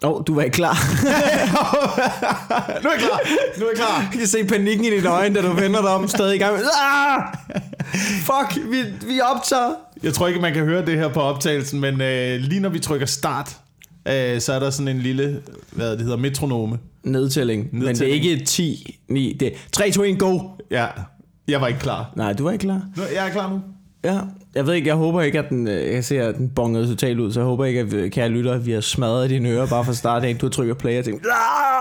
Du var ikke klar. Nu er jeg klar. Jeg kan se panikken i dine øjne, da du vender dig om, stadig i gang. Fuck, vi optager. Jeg tror ikke, man kan høre det her på optagelsen, men lige når vi trykker start, så er der sådan en lille, hvad det hedder, metronome. Nedtælling. Men det er ikke 10, 9, det er 3, 2, 1, go. Ja, jeg var ikke klar. Nej, du var ikke klar. Jeg er klar nu. Ja, jeg ved ikke, jeg håber ikke, at jeg ser, at den bongede totalt ud, så jeg håber ikke, at kære lytter, at vi har smadret dine ører bare fra start af. Du har trykket play og tænkt,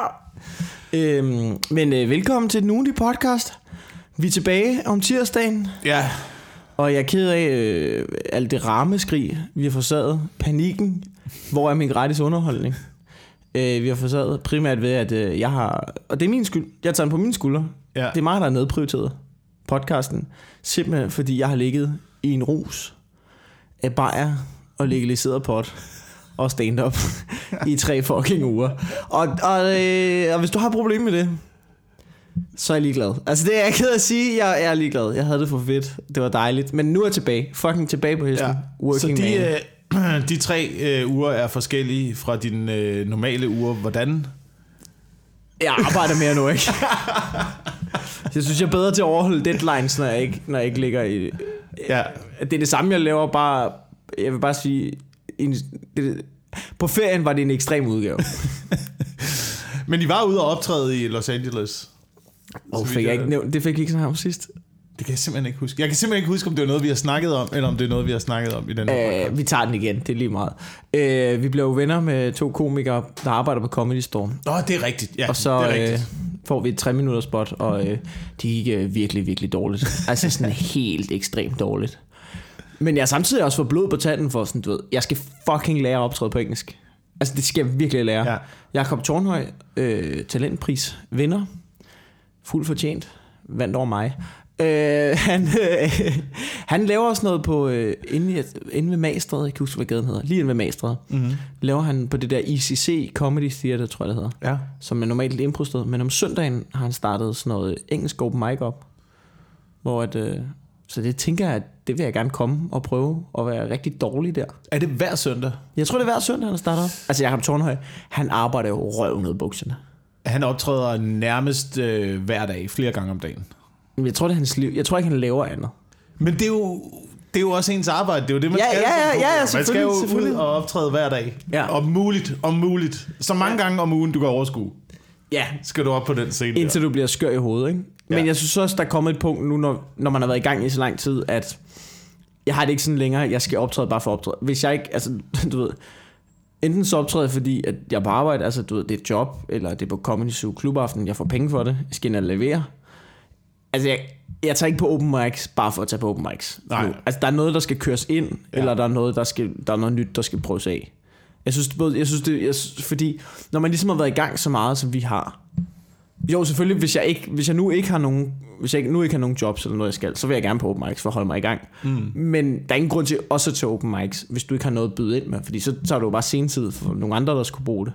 men velkommen til den ugentlige podcast. Vi er tilbage om tirsdagen. Ja. Og jeg er ked af alt det rammeskrig, vi har forsaget. Panikken. Hvor er min gratis underholdning? Vi har forsaget primært ved, at jeg har... Og det er min skyld. Jeg tager den på mine skuldre. Ja. Det er mig, der har nedprioriteret podcasten. Simpelthen fordi jeg har ligget i en rus af bajer og legaliseret pot og stand-up i 3 fucking uger. Og hvis du har problemer med det, så er jeg ligeglad. Altså det er jeg ked af at sige. Jeg er ligeglad. Jeg havde det for fedt. Det var dejligt. Men nu er jeg tilbage. Fucking tilbage på hesten. Ja. Så de 3 uger er forskellige fra dine normale uger. Hvordan? Jeg arbejder mere nu, ikke? Jeg synes, jeg er bedre til at overholde deadlines, når jeg ikke ligger i... Ja. Det er det samme, jeg laver, bare... Jeg vil bare sige... På ferien var det en ekstrem udgave. Men I var ude og optræde i Los Angeles. Fik jeg ikke nævnt. Det fik I ikke sådan her om sidst. Det kan jeg simpelthen ikke huske. Jeg kan simpelthen ikke huske, om det var noget, vi har snakket om, eller om det er noget, vi har snakket om i den her podcast. Vi tager den igen, det er lige meget. Vi blev venner med 2 komikere, der arbejder på Comedy Store. Det er rigtigt. Ja, og så det er rigtigt. får vi et 3 minutters spot, og de gik virkelig, virkelig dårligt. Altså sådan helt ekstremt dårligt. Men jeg har samtidig også fået blod på tanden for sådan, du ved, jeg skal fucking lære at optræde på engelsk. Altså det skal jeg virkelig lære. Ja. Jakob Tornhøj, talentpris vinder, fuldt fortjent, vandt over mig. Han laver også noget på inde ved Magstræde. Jeg kan huske hvad gaden hedder. Lige inde ved Magstræde. Laver han på det der ICC Comedy Theater, tror jeg det hedder. Ja. Som er normalt et improsted. Men om søndagen har han startet sådan noget engelsk open mic op. Hvor så det tænker jeg, at det vil jeg gerne komme og prøve at være rigtig dårlig der. Er det hver søndag? Jeg tror det er hver søndag han starter. Altså Jakob Tornhøj, han arbejder jo røv ned i bukserne. Han optræder nærmest hver dag, flere gange om dagen. Jeg tror det er hans liv. Jeg tror ikke han laver andet. Men det er jo også ens arbejde. Det er jo det man skal. Ja, man skal jo ud og optræde hver dag. Ja. Om muligt. Så mange gange om ugen du kan overskue. Ja, skal du op på den scene. Indtil du bliver skør i hovedet, ikke? Ja. Men jeg synes også der er kommet et punkt nu når man har været i gang i så lang tid, at jeg har det ikke sådan længere. Jeg skal optræde bare for at optræde. Hvis jeg ikke, altså du ved, enten så optræder fordi at jeg er på arbejde, altså du ved, det er et job, eller det er på Comedy Zoo klubaften, jeg får penge for det, jeg skal ind og levere. Altså jeg tager ikke på open mics bare for at tage på open mics. Nej. Altså der er noget der skal køres ind, eller der er noget nyt der skal prøves af. Jeg synes fordi når man ligesom har været i gang så meget som vi har. Jo, selvfølgelig hvis jeg nu ikke har nogen jobs eller noget jeg skal, så vil jeg gerne på open mics for at holde mig i gang. Men der er ingen grund til også at tage open mics, hvis du ikke har noget at byde ind med, fordi så er det jo bare sentid for nogle andre der skulle bruge det.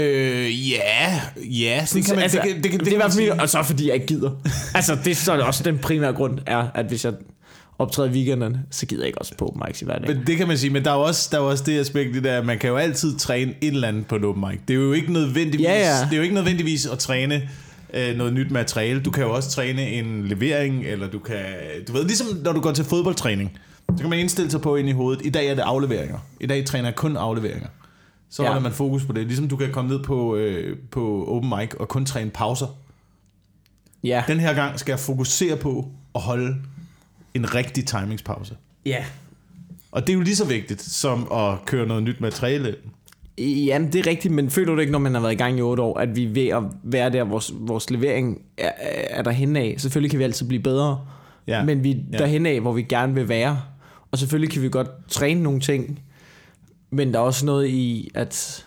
Ja, sådan kan man, altså, det er i hvert fald og så fordi jeg ikke gider. Altså det er så også den primære grund er, at hvis jeg optræder i weekenderne, så gider jeg ikke også på open mics i hverdagen. Men det kan man sige, men der er jo også det aspekt i det, at man kan jo altid træne et eller andet på en open mic. Det er jo ikke nødvendigvis, det er jo ikke nødvendigvis at træne noget nyt materiale. Du kan jo også træne en levering, eller du ved, ligesom når du går til fodboldtræning, så kan man indstille sig på ind i hovedet. I dag er det afleveringer. I dag træner jeg kun afleveringer. Så holder man fokus på det. Ligesom du kan komme ned på open mic og kun træne pauser. Ja. Den her gang skal jeg fokusere på at holde en rigtig timingspause. Ja. Og det er jo lige så vigtigt som at køre noget nyt materiale. Jamen det er rigtigt, men føler du ikke, når man har været i gang i 8 år, at vi er ved at være der, vores levering er derhen af. Selvfølgelig kan vi altid blive bedre, men vi er derhen af, hvor vi gerne vil være. Og selvfølgelig kan vi godt træne nogle ting, men der er også noget i, at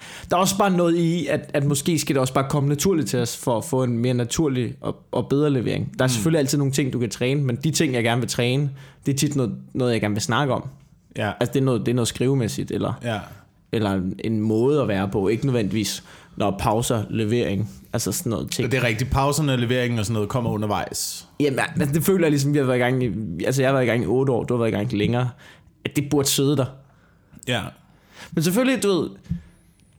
at måske skal det også bare komme naturligt til os, for at få en mere naturlig og bedre levering. Der er selvfølgelig altid nogle ting, du kan træne, men de ting, jeg gerne vil træne, det er tit noget jeg gerne vil snakke om. Ja. Altså det er noget skrivemæssigt, eller en måde at være på, ikke nødvendigvis når pauser, levering, altså sådan noget ting. Det er rigtigt, pauserne, leveringen og sådan noget kommer undervejs. Jamen, altså, det føler jeg ligesom, vi har været i gang i, altså jeg har været i gang i 8 år, du har været i gang længere, at det burde sidde der. Ja. Men selvfølgelig, du ved,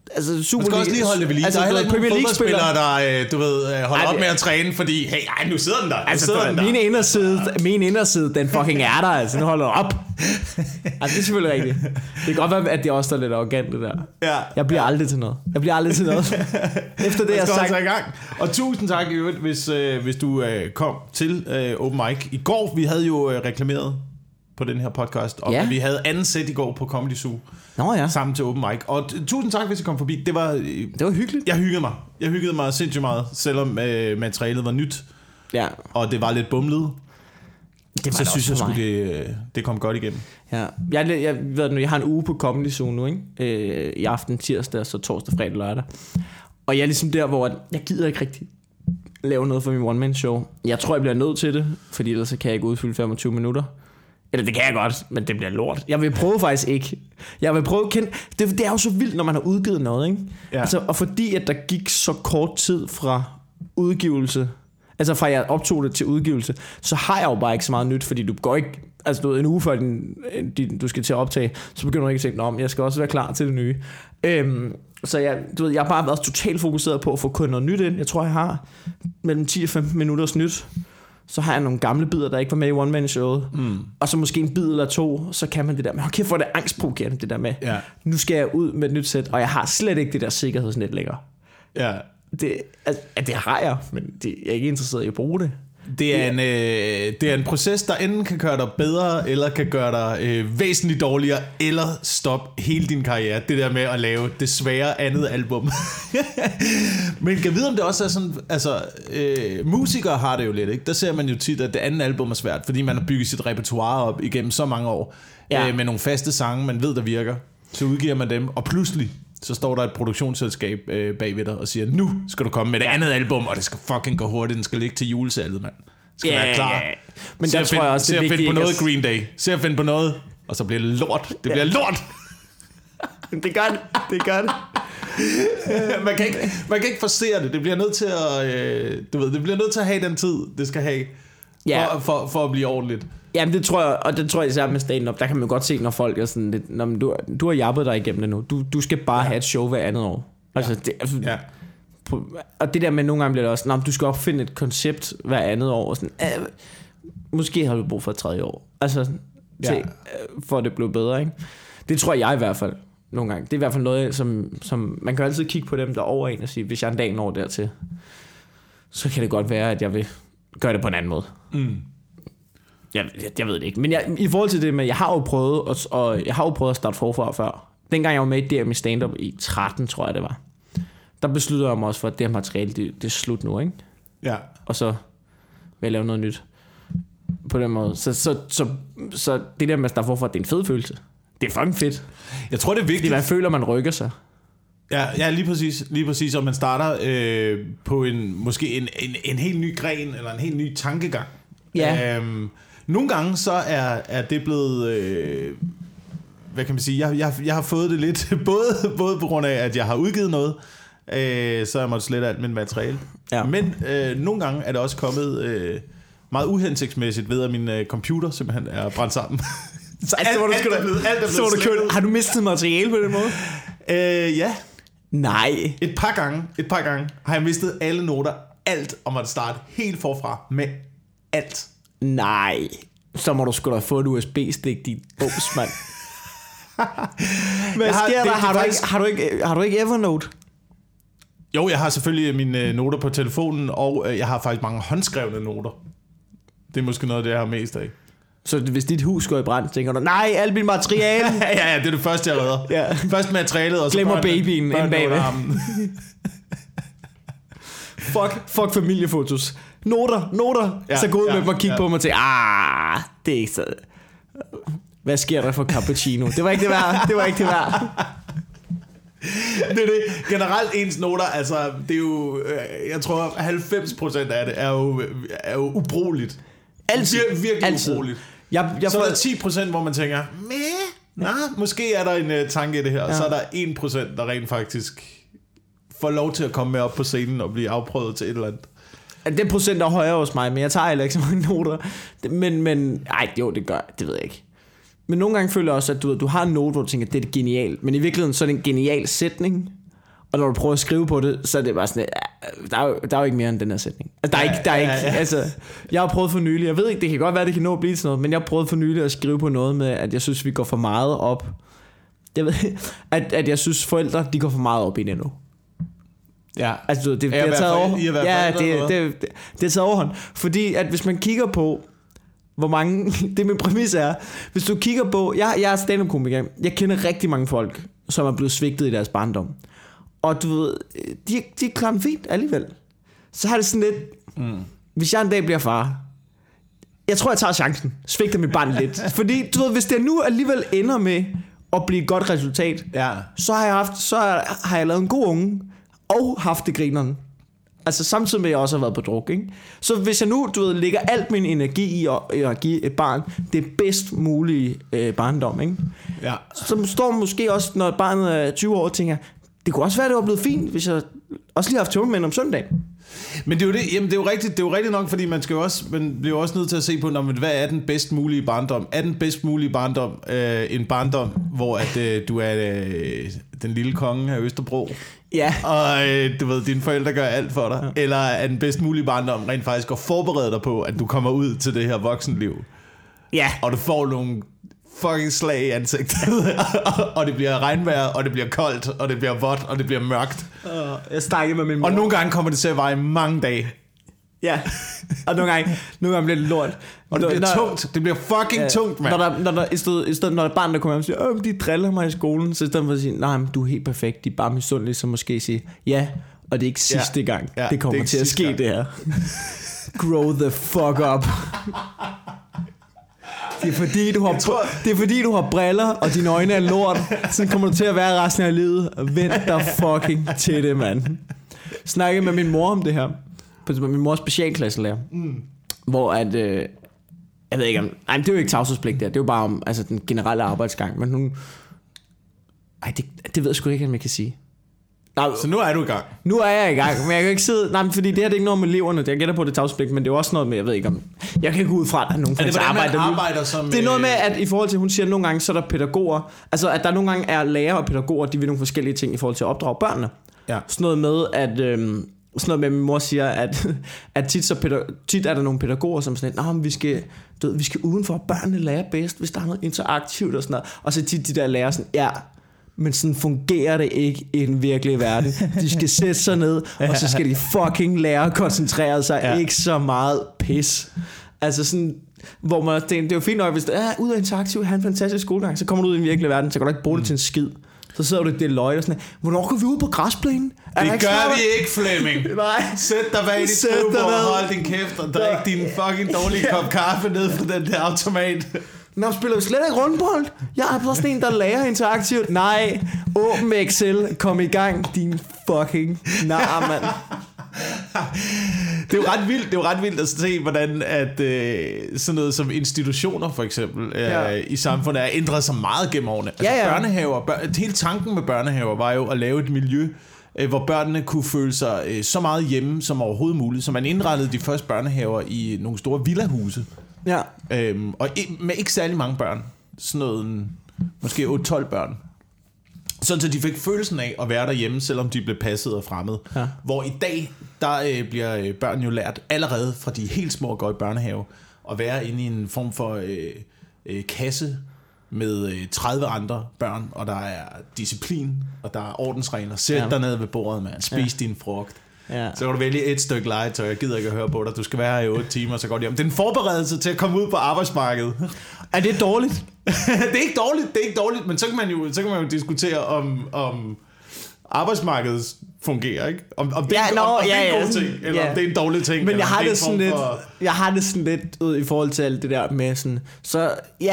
Altså, Super man skal også lige holde det ved lige. Altså, der er heller ikke nogen fodboldspillere, der du ved, holder op med at træne, fordi, hey, nu sidder den der. Altså, min inderside, den fucking er der, altså, nu holder op. Altså, det er selvfølgelig rigtigt. Det kan godt være, at det også er lidt arrogant, det der. Ja. Jeg bliver aldrig til noget. Efter det, jeg har sagt. I gang. Og tusind tak, hvis du kom til Open Mic. I går, vi havde jo reklameret på den her podcast, og vi havde anden sæt i går på Comedy Zoo. Nå ja. Sammen til Open Mic. Og tusind tak, hvis I kom forbi. Det var hyggeligt. Jeg hyggede mig sindssygt meget, selvom materialet var nyt. Ja. Og det var lidt bumlet. Så synes jeg sgu, det kom godt igennem. Ja. Jeg har en uge på Comedy Zoo nu, ikke? I aften, tirsdag, så torsdag, fredag, lørdag. Og jeg er ligesom der, hvor jeg gider ikke rigtig lave noget for min one-man-show. Jeg tror, jeg bliver nødt til det, fordi ellers kan jeg ikke udfylde 25 minutter. Eller det kan jeg godt, men det bliver lort. Jeg vil prøve faktisk ikke. Jeg vil prøve at kende. Det er jo så vildt, når man har udgivet noget, ikke? Ja. Altså, og fordi at der gik så kort tid fra udgivelse, altså fra jeg optog det til udgivelse, så har jeg jo bare ikke så meget nyt, fordi du går ikke, altså du ved, en uge før du skal til at optage, så begynder du ikke at tænke, om jeg skal også være klar til det nye. Så jeg har bare været totalt fokuseret på at få kun noget nyt ind. Jeg tror, jeg har mellem 10 og 15 minutters nyt. Så har jeg nogle gamle bidder, der ikke var med i one-man-showet. Og så måske en bid eller to, så kan man det der med, okay, for det angstprovokerende, det der med, nu skal jeg ud med et nyt sæt, og jeg har slet ikke det der sikkerhedsnet længere. Ja. Det har jeg, men jeg er ikke interesseret i at bruge det. Det er en proces, der enten kan gøre dig bedre, eller kan gøre dig væsentligt dårligere, eller stoppe hele din karriere. Det der med at lave det svære andet album. Men kan vide, om det også er sådan, altså, musikere har det jo lidt, ikke? Der ser man jo tit, at det andet album er svært, fordi man har bygget sit repertoire op igennem så mange år, med nogle faste sange, man ved, der virker. Så udgiver man dem, og pludselig så står der et produktionsselskab bagved dig og siger, nu skal du komme med det andet album, og det skal fucking gå hurtigt, den skal ligge til julesalget, mand. Skal være klar. Men der tror jeg også, det er vigtigt. Se at finde på noget Green Day. Se at finde på noget, og så bliver det lort. Det bliver lort. Det gør det. Man kan ikke forsere det. Det bliver nødt til at, det bliver nødt til at have den tid, det skal have, for at blive ordentligt. Jamen det tror jeg, og det tror jeg især med stand-up, der kan man godt se, når folk er sådan lidt, du har jappet dig igennem det nu, du skal bare have et show hver andet år. Altså, og det der med, nogle gange bliver det også, du skal opfinde et koncept hver andet år, og sådan, måske har du brug for et tredje år, altså, for at det bliver bedre, ikke? Det tror jeg i hvert fald, nogle gange. Det er i hvert fald noget, som man kan altid kigge på dem, der er over en, og sige, hvis jeg en dag når dertil, så kan det godt være, at jeg vil gøre det på en anden måde. Jeg ved det ikke. Men i forhold til det med, jeg har jo prøvet at starte forfra før. Dengang jeg var med i DM i stand-up i 13, tror jeg det var. Der besluttede jeg mig også for, at det her materiale, det er slut nu, ikke? Ja. Og så vil jeg lave noget nyt. På den måde. Så det der med at starte forfra, det er en fed følelse. Det er fucking fedt. Jeg tror, det er vigtigt. Fordi man føler, man rykker sig. Ja, lige præcis. Og man starter på måske en helt ny gren, eller en helt ny tankegang. Ja. Nogle gange så er det blevet, hvad kan man sige, jeg har fået det lidt, både på grund af, at jeg har udgivet noget, så jeg måtte slette alt mit materiale. Ja. Men nogle gange er det også kommet meget uhensigtsmæssigt ved, at min computer simpelthen er brændt sammen. Så alt er blevet slettet. Har du mistet materiale på den måde? Ja. Nej. Et par gange har jeg mistet alle noter, alt, og måtte starte helt forfra med alt. Nej. Så må du sgu da få et USB-stik, dit bums, mand. Hvad sker der? Har du ikke Evernote? Jo, jeg har selvfølgelig mine noter på telefonen, og jeg har faktisk mange håndskrevne noter. Det er måske noget af det, jeg har mest af. Så hvis dit hus går i brand, tænker du, nej, alt mit materiale. ja, det er det første, jeg redder. Ja. Først materialet, og så glemmer babyen inde bagved. Fuck familiefotos. Noter. Ja, så gå ud med dem og kigge på mig og tænke, det er ikke så. Hvad sker der for cappuccino? Det var ikke det værd. Det er det. Generelt ens noter, altså, det er jo, jeg tror 90% af det er jo ubrugeligt. Altid. Virkelig ubrugeligt. Så er der 10%, hvor man tænker, måske er der en tanke i det her, og så er der 1%, der rent faktisk får lov til at komme med op på scenen og blive afprøvet til et eller andet. Den procent er højere hos mig, men jeg tager heller ikke så mange noter. Men det gør det ved jeg ikke. Men nogle gange føler jeg også, at du har en note, hvor du tænker, det er genialt. Men i virkeligheden så er det en genial sætning. Og når du prøver at skrive på det, så er det bare sådan, der er jo ikke mere end den her sætning. Altså, der er ikke, altså, jeg har prøvet for nylig, jeg ved ikke, det kan godt være, det kan nå at blive sådan noget, men jeg har prøvet for nylig at skrive på noget med, at jeg synes, vi går for meget op. Jeg ved, at jeg synes, forældre, de går for meget op i det nu. Ja. Altså, det har taget over. Ja, det har taget overhånd. Fordi, at hvis man kigger på, hvor mange, det min præmis er, hvis du kigger på, jeg er stand-up-komiker, jeg kender rigtig mange folk, som er blevet svigtet i deres barndom. Og du ved, de klarer den fint alligevel. Så har det sådan lidt, hvis jeg en dag bliver far, jeg tror, jeg tager chancen, svigter mit barn lidt. Fordi du ved, hvis det nu alligevel ender med at blive et godt resultat, så har jeg lavet en god unge, og haft det grineren. Altså samtidig med, at jeg også har været på druk, ikke? Så hvis jeg nu, du ved, lægger alt min energi i at give et barn det bedst mulige barndom, ikke? Ja. Så står man måske også, når barnet er 20 år, og tænker, det kunne også være, det var blevet fint, hvis jeg også lige har haft tømmermænd om søndagen. Men det er jo det, jamen det er jo rigtigt nok, fordi man bliver jo også nødt til at se på, hvad er den bedst mulige barndom? Er den bedst mulige barndom en barndom, hvor at du er den lille konge af Østerbro? Ja. Og du ved, dine forældre gør alt for dig. Ja. Eller er den bedst mulige barndom rent faktisk at forberede dig på, at du kommer ud til det her voksenliv? Ja. Og du får nogle fucking slag i ansigtet. Og det bliver regnvejr, og det bliver koldt, og det bliver vådt, og det bliver mørkt. Jeg snakkede med min mor. Og nogle gange kommer det til at veje mange dage. Ja. Og nogle gange bliver det lort. Og det bliver tungt. Det bliver fucking tungt, mand. I stedet når der er barn, der kommer hjem og siger, de driller mig i skolen, så i stedet for at sige, nej, men du er helt perfekt, de er bare misundelige, så måske sige, ja, og det er ikke sidste gang. Det kommer til at ske, gang. Det her. Grow the fuck up. Det er fordi du har briller, og dine øjne er lort. Så kommer du til at være resten af livet. Vent dig fucking til det, mand. Snakkede med min mor om det her. Min mors specialklasselærer. Hvor at jeg ved ikke om, nej, det er jo ikke tavshedspligt der. Det er jo bare om altså den generelle arbejdsgang. Men hun, det ved jeg sgu ikke, om jeg kan sige. Nej, så nu er du i gang. Nu er jeg i gang, men jeg kan jo ikke sidde. Nej, fordi det her det er ikke noget med eleverne. Jeg gætter på det tavshedspligt, men det er jo også noget med, jeg ved ikke om. Jeg kan gå ud fra, at der er nogen der arbejder som. Det er noget med, at i forhold til, hun siger, at nogle gange så er der pædagoger. Altså at der nogle gange er lærere og pædagoger, de vil nogle forskellige ting i forhold til at opdrage børnene. Ja. Sådan noget med at sådan noget med, min mor siger, at tit er der nogle pædagoger, som sådan vi skal udenfor, børnene lærer bedst, hvis der er noget interaktivt og sådan noget. Og så tit de der lærer sådan, ja, men sådan fungerer det ikke i den virkelige verden. De skal sætte sig ned, og så skal de fucking lære at koncentrere sig, ikke så meget pis. Altså sådan, hvor man tænker, det er jo fint nok, hvis du er ude af interaktiv, have en fantastisk skolegang, så kommer du ud i den virkelige verden, så kan du ikke bruge det til en skid. Så sidder du i det løg og sådan, hvornår går vi ud på græsplænen? Det gør vi ikke, Flemming. Nej. Sæt dig bag dit skrivebord og hold din kæft og drik din fucking dårlige kop kaffe ned fra den der automat. Nå, spiller vi slet ikke rundbold? Jeg er bare sådan en, der lærer interaktivt. Nej, åbn Excel, kom i gang, din fucking mand. Det er jo ret vildt at se, hvordan at sådan noget som institutioner for eksempel i samfundet er ændret sig meget gennem årene. Altså børnehaver, hele tanken med børnehaver var jo at lave et miljø, hvor børnene kunne føle sig så meget hjemme som overhovedet muligt. Så man indrettede de første børnehaver i nogle store villahuse. Ja. Og med ikke særlig mange børn. Sådan noget, måske 8-12 børn. Sådan så de fik følelsen af at være derhjemme, selvom de blev passet og fremmed. Ja. Hvor i dag, der bliver børn jo lært allerede fra de helt små og går i børnehave at være inde i en form for kasse med 30 andre børn, og der er disciplin, og der er ordensregler. Sæt dig ned ved bordet, man. Spis din frugt. Ja. Så kan du vælge et stykke legetøj. Jeg gider ikke at høre på dig. Du skal være her i 8 timer, så går det hjem. Det er en forberedelse til at komme ud på arbejdsmarkedet. Er det dårligt? Det er ikke dårligt, men så kan man jo diskutere om arbejdsmarkedet fungerer, ikke? Om det er en god ting, eller om det er en dårlig ting. Men jeg har det sådan lidt ud i forhold til alt det der med sådan, så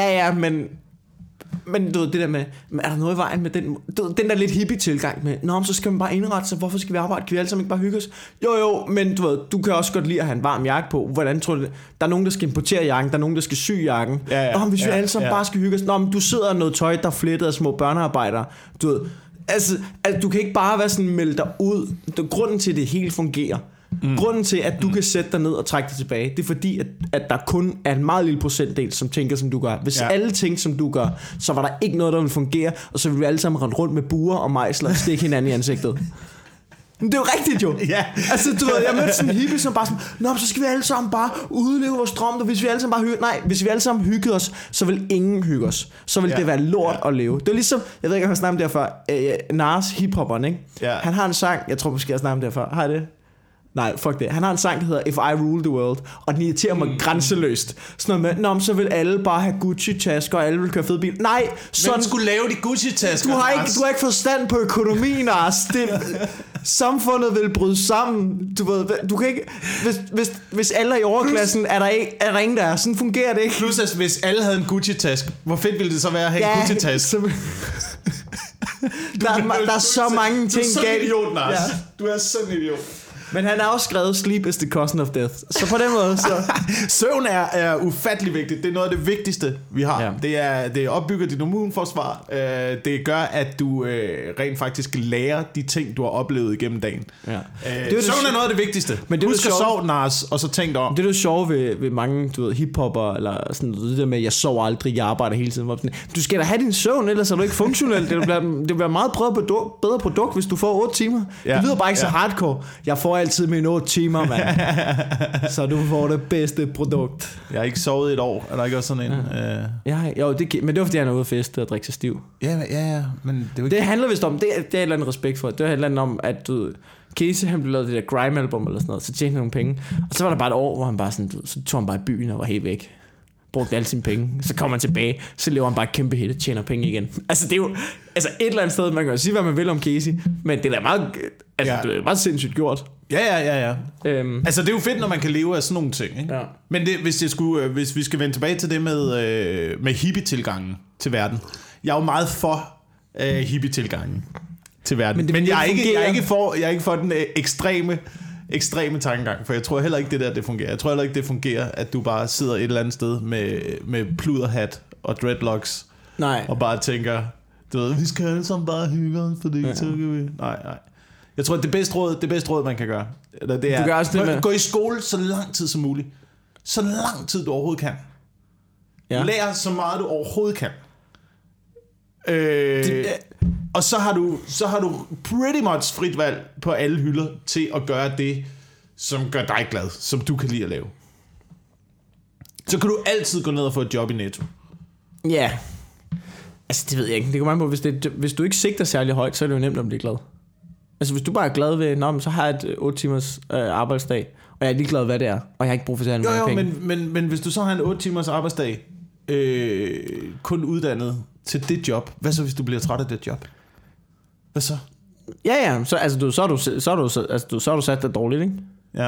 men du ved, det der med, er der noget i vejen med den der lidt hippie tilgang med, nå, så skal man bare indrette sig, hvorfor skal vi arbejde, kan vi alle sammen ikke bare hygge os? Jo, men du ved, du kan også godt lide at have en varm jakke på. Hvordan tror du det? Der er nogen, der skal importere jakken, der er nogen, der skal sy jakken. Nå, hvis vi alle sammen bare skal hygge os, nå, men du sidder i noget tøj, der er flettet af små børnearbejdere. Du ved, altså, du kan ikke bare være sådan, melde dig ud. Grunden til, at det helt fungerer, grunden til, at du kan sætte dig ned og trække dig tilbage, det er fordi, at der kun er en meget lille procentdel, som tænker, som du gør. Hvis alle tænkte, som du gør, så var der ikke noget, der ville fungere, og så ville vi alle sammen rende rundt med buer og mejsler og stikke hinanden i ansigtet. Men det er jo rigtigt jo. Ja. Altså du ved, jeg mødte sådan en hippie, som bare sådan, nå, så skal vi alle sammen bare udleve vores drøm, og hvis vi alle sammen bare hvis vi alle sammen hyggede os, så vil ingen hygge os. Så vil det være lort at leve. Det er ligesom, jeg ved ikke, om jeg har snakket om det før, Nas, hiphopperen, ikke? Ja. Han har en sang, jeg tror måske jeg har snakket om det før. Har jeg det? Nej, fuck det. Han har en sang, der hedder If I Rule the World, og den irriterer mig grænseløst. Sådan noget med, så vil alle bare have Gucci-tasker, og alle vil køre fed bil. Nej, sådan... Hvem skulle lave de Gucci-tasker? Du har ikke forstand på økonomien, Ars. Samfundet vil bryde sammen. Du ved, du kan ikke... Hvis alle er i overklassen, er der ingen, der er. Sådan fungerer det ikke. Plus, at hvis alle havde en Gucci-taske, hvor fedt ville det så være at have en Gucci-taske? Der er så mange ting galt. Du er sådan en idiot, Lars. Ja. Du er sådan en idiot. Men han har også skrevet Sleep is the cousin of death. Så på den måde så... Søvn er ufattelig vigtigt. Det er noget af det vigtigste vi har. Ja. Det opbygger dit immunforsvar. Det gør at du rent faktisk lærer de ting du har oplevet igennem dagen. Ja. Søvn er noget af det vigtigste. Men det husk at sove, Nars, og så tænk dig om. Det er jo sjovt ved mange hiphopper eller sådan det der med jeg sover aldrig, jeg arbejder hele tiden. Du skal da have din søvn, ellers er du ikke funktionel. Det bliver meget bedre produkt hvis du får 8 timer. Det lyder bare ikke så hardcore. Jeg får altid mine 8 timer, mand. Så du får det bedste produkt. Jeg har ikke sovet et år. Er der ikke også sådan en? Men det var fordi han er ude at feste og drikke sig stiv. Ja, men det handler vist om, det er et eller andet respekt for. Det handler om, at Casey han blev lavet det der grime-album eller sådan noget, så tjente han nogle penge. Og så var der bare et år, hvor han bare sådan, så tog han bare i byen og var helt væk. Brugte alle sine penge. Så kommer han tilbage, så lever han bare et kæmpe hit og tjener penge igen. Altså det er jo et eller andet sted, man kan jo sige, hvad man vil om Casey, men det er meget, det er meget sindssygt gjort. Ja. Altså det er jo fedt, når man kan leve af sådan nogle ting, ikke? Ja. Men hvis vi skal vende tilbage til det med hippie-tilgangen til verden. Jeg er jo meget for hippie-tilgangen til verden. Men jeg er ikke for den ekstreme tankegang, for jeg tror heller ikke det fungerer. Jeg tror heller ikke det fungerer, at du bare sidder et eller andet sted med pluderhat og dreadlocks. Nej. Og bare tænker, du ved, vi skal alle sammen bare hygge os, fordi så kan vi. Nej. Jeg tror, at det bedste råd man kan gøre, det er gå i skole så lang tid som muligt. Så lang tid du overhovedet kan. Ja. Lær så meget du overhovedet kan. Og så har du pretty much frit valg på alle hylder til at gøre det, som gør dig glad, som du kan lide at lave. Så kan du altid gå ned og få et job i Netto. Ja. Altså det ved jeg ikke. Det kommer an på, hvis du ikke sigter særlig højt, så er det jo nemt at blive glad. Altså hvis du bare er glad ved, så har jeg et 8 timers arbejdsdag, og jeg er lige glad hvad det er, og jeg har ikke brug for særlig mange penge. Men hvis du så har en 8 timers arbejdsdag, kun uddannet til det job, hvad så hvis du bliver træt af det job? Hvad så? Ja, så har du sat dig dårligt, ikke? Ja.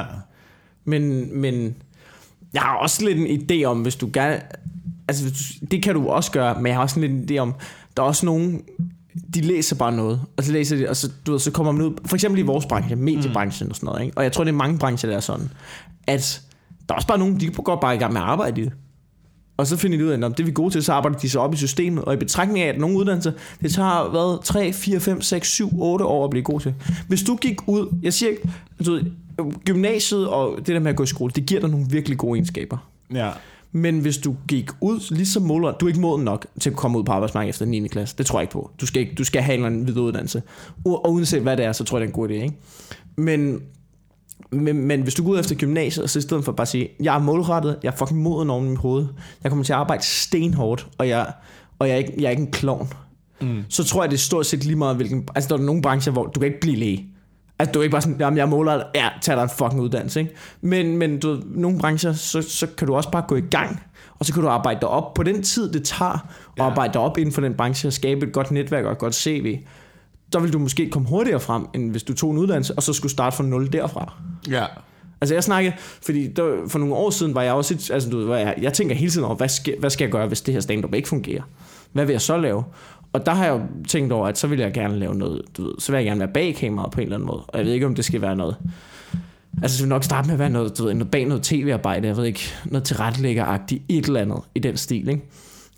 Men jeg har også lidt en idé om, hvis du gerne, altså det kan du også gøre, men jeg har også lidt en idé om, der er også nogen, de læser bare noget, og så læser de, og så, så kommer man ud, for eksempel i vores branche, mediebranchen og sådan noget, ikke? Og jeg tror det er mange brancher der er sådan, at der er også bare nogen, de går bare i gang med at arbejde i det. Og så finder de ud af, at det er vi gode til, så arbejder de sig op i systemet. Og i betragtning af, at nogle uddannelser, det tager 3, 4, 5, 6, 7, 8 år at blive god til. Hvis du gik ud, jeg siger ikke, gymnasiet og det der med at gå i skole, det giver dig nogle virkelig gode egenskaber. Ja. Men hvis du gik ud ligesom målrettet, du er ikke moden nok til at komme ud på arbejdsmarkedet efter 9. klasse. Det tror jeg ikke på. Du skal have en eller anden videreuddannelse. Og uanset hvad det er, så tror jeg det er en god idé, ikke? Men hvis du går ud efter gymnasiet, og så i stedet for bare at sige, jeg er målrettet, jeg er fucking moden oven i mit hoved, jeg kommer til at arbejde stenhårdt, og jeg er ikke en klovn, så tror jeg, det er stort set lige meget, hvilken. Altså, der er nogle brancher, hvor du kan ikke blive læge. Altså, du er ikke bare sådan, jamen, jeg er målrettet, tag dig en fucking uddannelse, ikke? Men du, nogle brancher, så kan du også bare gå i gang, og så kan du arbejde dig op på den tid, det tager, og arbejde dig op inden for den branche, og skabe et godt netværk og et godt CV. Så vil du måske komme hurtigere frem, end hvis du tog en uddannelse, og så skulle starte fra 0 derfra. Ja. Altså jeg snakkede, fordi for nogle år siden var jeg også, altså jeg tænker hele tiden over, hvad skal jeg gøre, hvis det her stand-up ikke fungerer? Hvad vil jeg så lave? Og der har jeg jo tænkt over, at så vil jeg gerne lave noget, så vil jeg gerne være bag kameraet på en eller anden måde. Og jeg ved ikke, om det skal være noget. Altså så vil nok starte med at være noget bag noget tv-arbejde, jeg ved ikke, noget tilrettelæggeragtigt, et eller andet i den stil, ikke?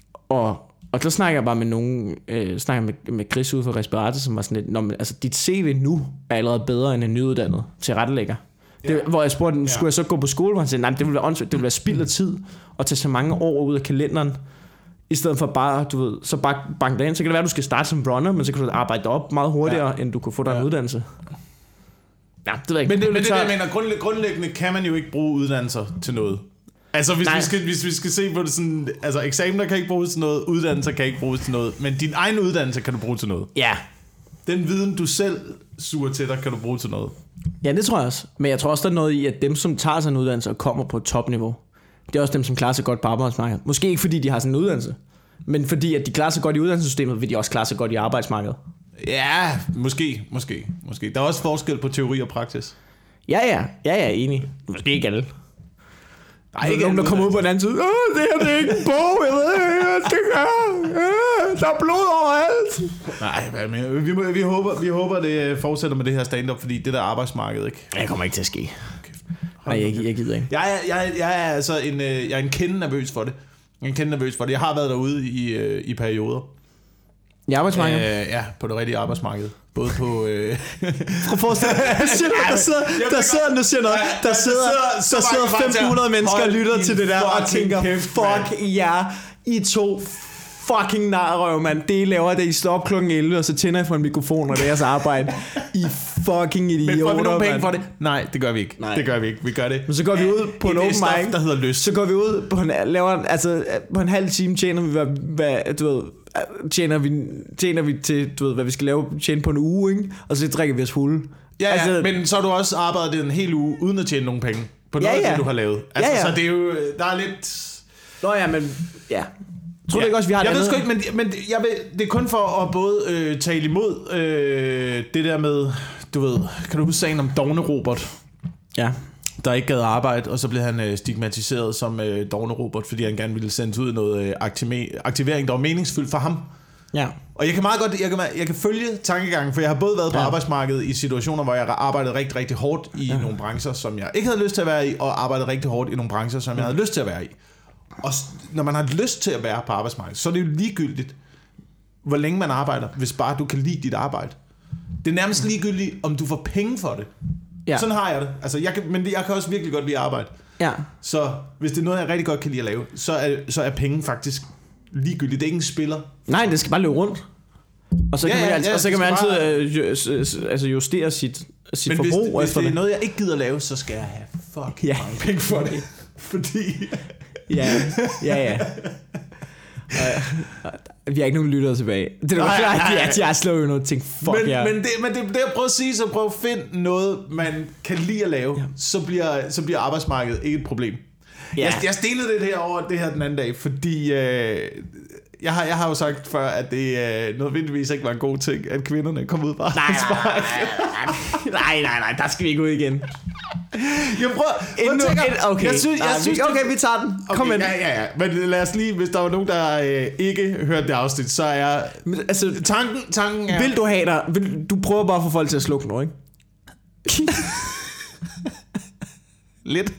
Og så snakker jeg bare med nogen, med Chris ude for Respirator, som var sådan lidt, altså dit CV nu er allerede bedre end en nyuddannet til rettelægger. Hvor jeg spurgte, skulle jeg så gå på skole? Og han sagde, nej, det ville være spild af tid at tage så mange år ud af kalenderen, i stedet for bare, så bare banke dig ind. Så kan det være, at du skal starte som runner, men så kan du arbejde dig op meget hurtigere, end du kunne få dig en uddannelse. Ja, det ved jeg ikke. Men det jeg mener, grundlæggende kan man jo ikke bruge uddannelser til noget. Altså hvis vi skal se på det sådan, altså eksamener kan ikke bruges til noget, uddannelser kan ikke bruges til noget, men din egen uddannelse kan du bruge til noget. Ja. Den viden du selv suger til dig, kan du bruge til noget. Ja, det tror jeg også. Men jeg tror også der er noget i, at dem som tager sig en uddannelse og kommer på et topniveau, det er også dem som klarer sig godt på arbejdsmarkedet. Måske ikke fordi de har sådan en uddannelse, men fordi at de klarer sig godt i uddannelsessystemet, vil de også klare sig godt i arbejdsmarkedet. Ja, måske. Der er også forskel på teori og praksis. Ja, enig. Måske ikke alle. Der er ikke nogen, der kommer ud på den anden side. Det her det er ikke en bog, jeg ved der er blod overalt. Nej, men vi håber, det fortsætter med det her stand-up, fordi det der arbejdsmarked, ikke? Det kommer ikke til at ske. Nej, jeg gider ikke. Jeg er altså jeg er en kende nervøs for det. Jeg har været derude i perioder. I arbejdsmarkedet? Ja, på det rigtige arbejdsmarked. Både på... Der sidder 1.500 mennesker og lytter til det der og tænker, fuck ja, I to fucking narrøv, mand. Det I laver, det I står op klokken 11, og så tænder I for en mikrofon, og det er jeres arbejde. I fucking idioter, men får vi nogle penge for det? Nej, det gør vi ikke. Vi gør det. Men så går vi ud på en open mic, der hedder lyst. Så går vi ud på en halv time, tjener vi, hvad du ved... Tjener vi til, du ved, hvad vi skal tjene på en uge, ikke? Og så drikker vi os fulde. Ja, altså, men så har du også arbejdet en hel uge, uden at tjene nogen penge på noget af det, du har lavet. Altså, så det er jo, der er lidt... Nå ja, men... Ja. Tror du ikke også, vi har jeg ved sgu ikke, men det er kun for at både tale imod det der med, du ved, kan du huske sagen om Dovne Robert? Ja. Der ikke gad arbejde, og så blev han stigmatiseret som Dovne Robert, fordi han gerne ville sendes ud noget aktivering, der var meningsfyldt for ham. Ja. Og jeg kan meget godt, jeg kan følge tankegangen, for jeg har både været på arbejdsmarkedet i situationer, hvor jeg har arbejdet rigtig, rigtig hårdt i nogle brancher, som jeg ikke havde lyst til at være i, og arbejdet rigtig hårdt i nogle brancher, som jeg havde lyst til at være i. Og når man har lyst til at være på arbejdsmarkedet, så er det jo ligegyldigt, hvor længe man arbejder, hvis bare du kan lide dit arbejde. Det er nærmest ligegyldigt, om du får penge for det. Ja. Sådan har jeg det. Altså, men jeg kan også virkelig godt lide at arbejde. Ja. Så hvis det er noget, jeg rigtig godt kan lide at lave, så er penge faktisk ligegyldigt. Det er ikke en spiller. Nej, det skal bare løbe rundt. Og så kan man altid justere sit forbrug. Hvis det er noget, jeg ikke gider at lave, så skal jeg have fucking mange penge for det. Fordi... Ja. Vi har ikke nogen lyttere tilbage. Det er klart, at jeg slår jo noget ting. Men det jeg prøver at sige, så prøv at finde noget, man kan lide at lave, så bliver arbejdsmarkedet ikke et problem. Ja. Jeg stillede det her over det her den anden dag, fordi jeg har jo sagt før, at det nødvendigvis ikke var en god ting, at kvinderne kom ud på arbejdsmarkedet. Nej, der skal vi ikke ud igen. Jeg prøver... Okay, vi tager den. Kom ind. Ja. Men lad os lige, hvis der var nogen, der ikke hørte det afsnit, så er... Altså, tanken er... Vil du have dig... Du prøver bare at få folk til at slukke nu, ikke? Lidt.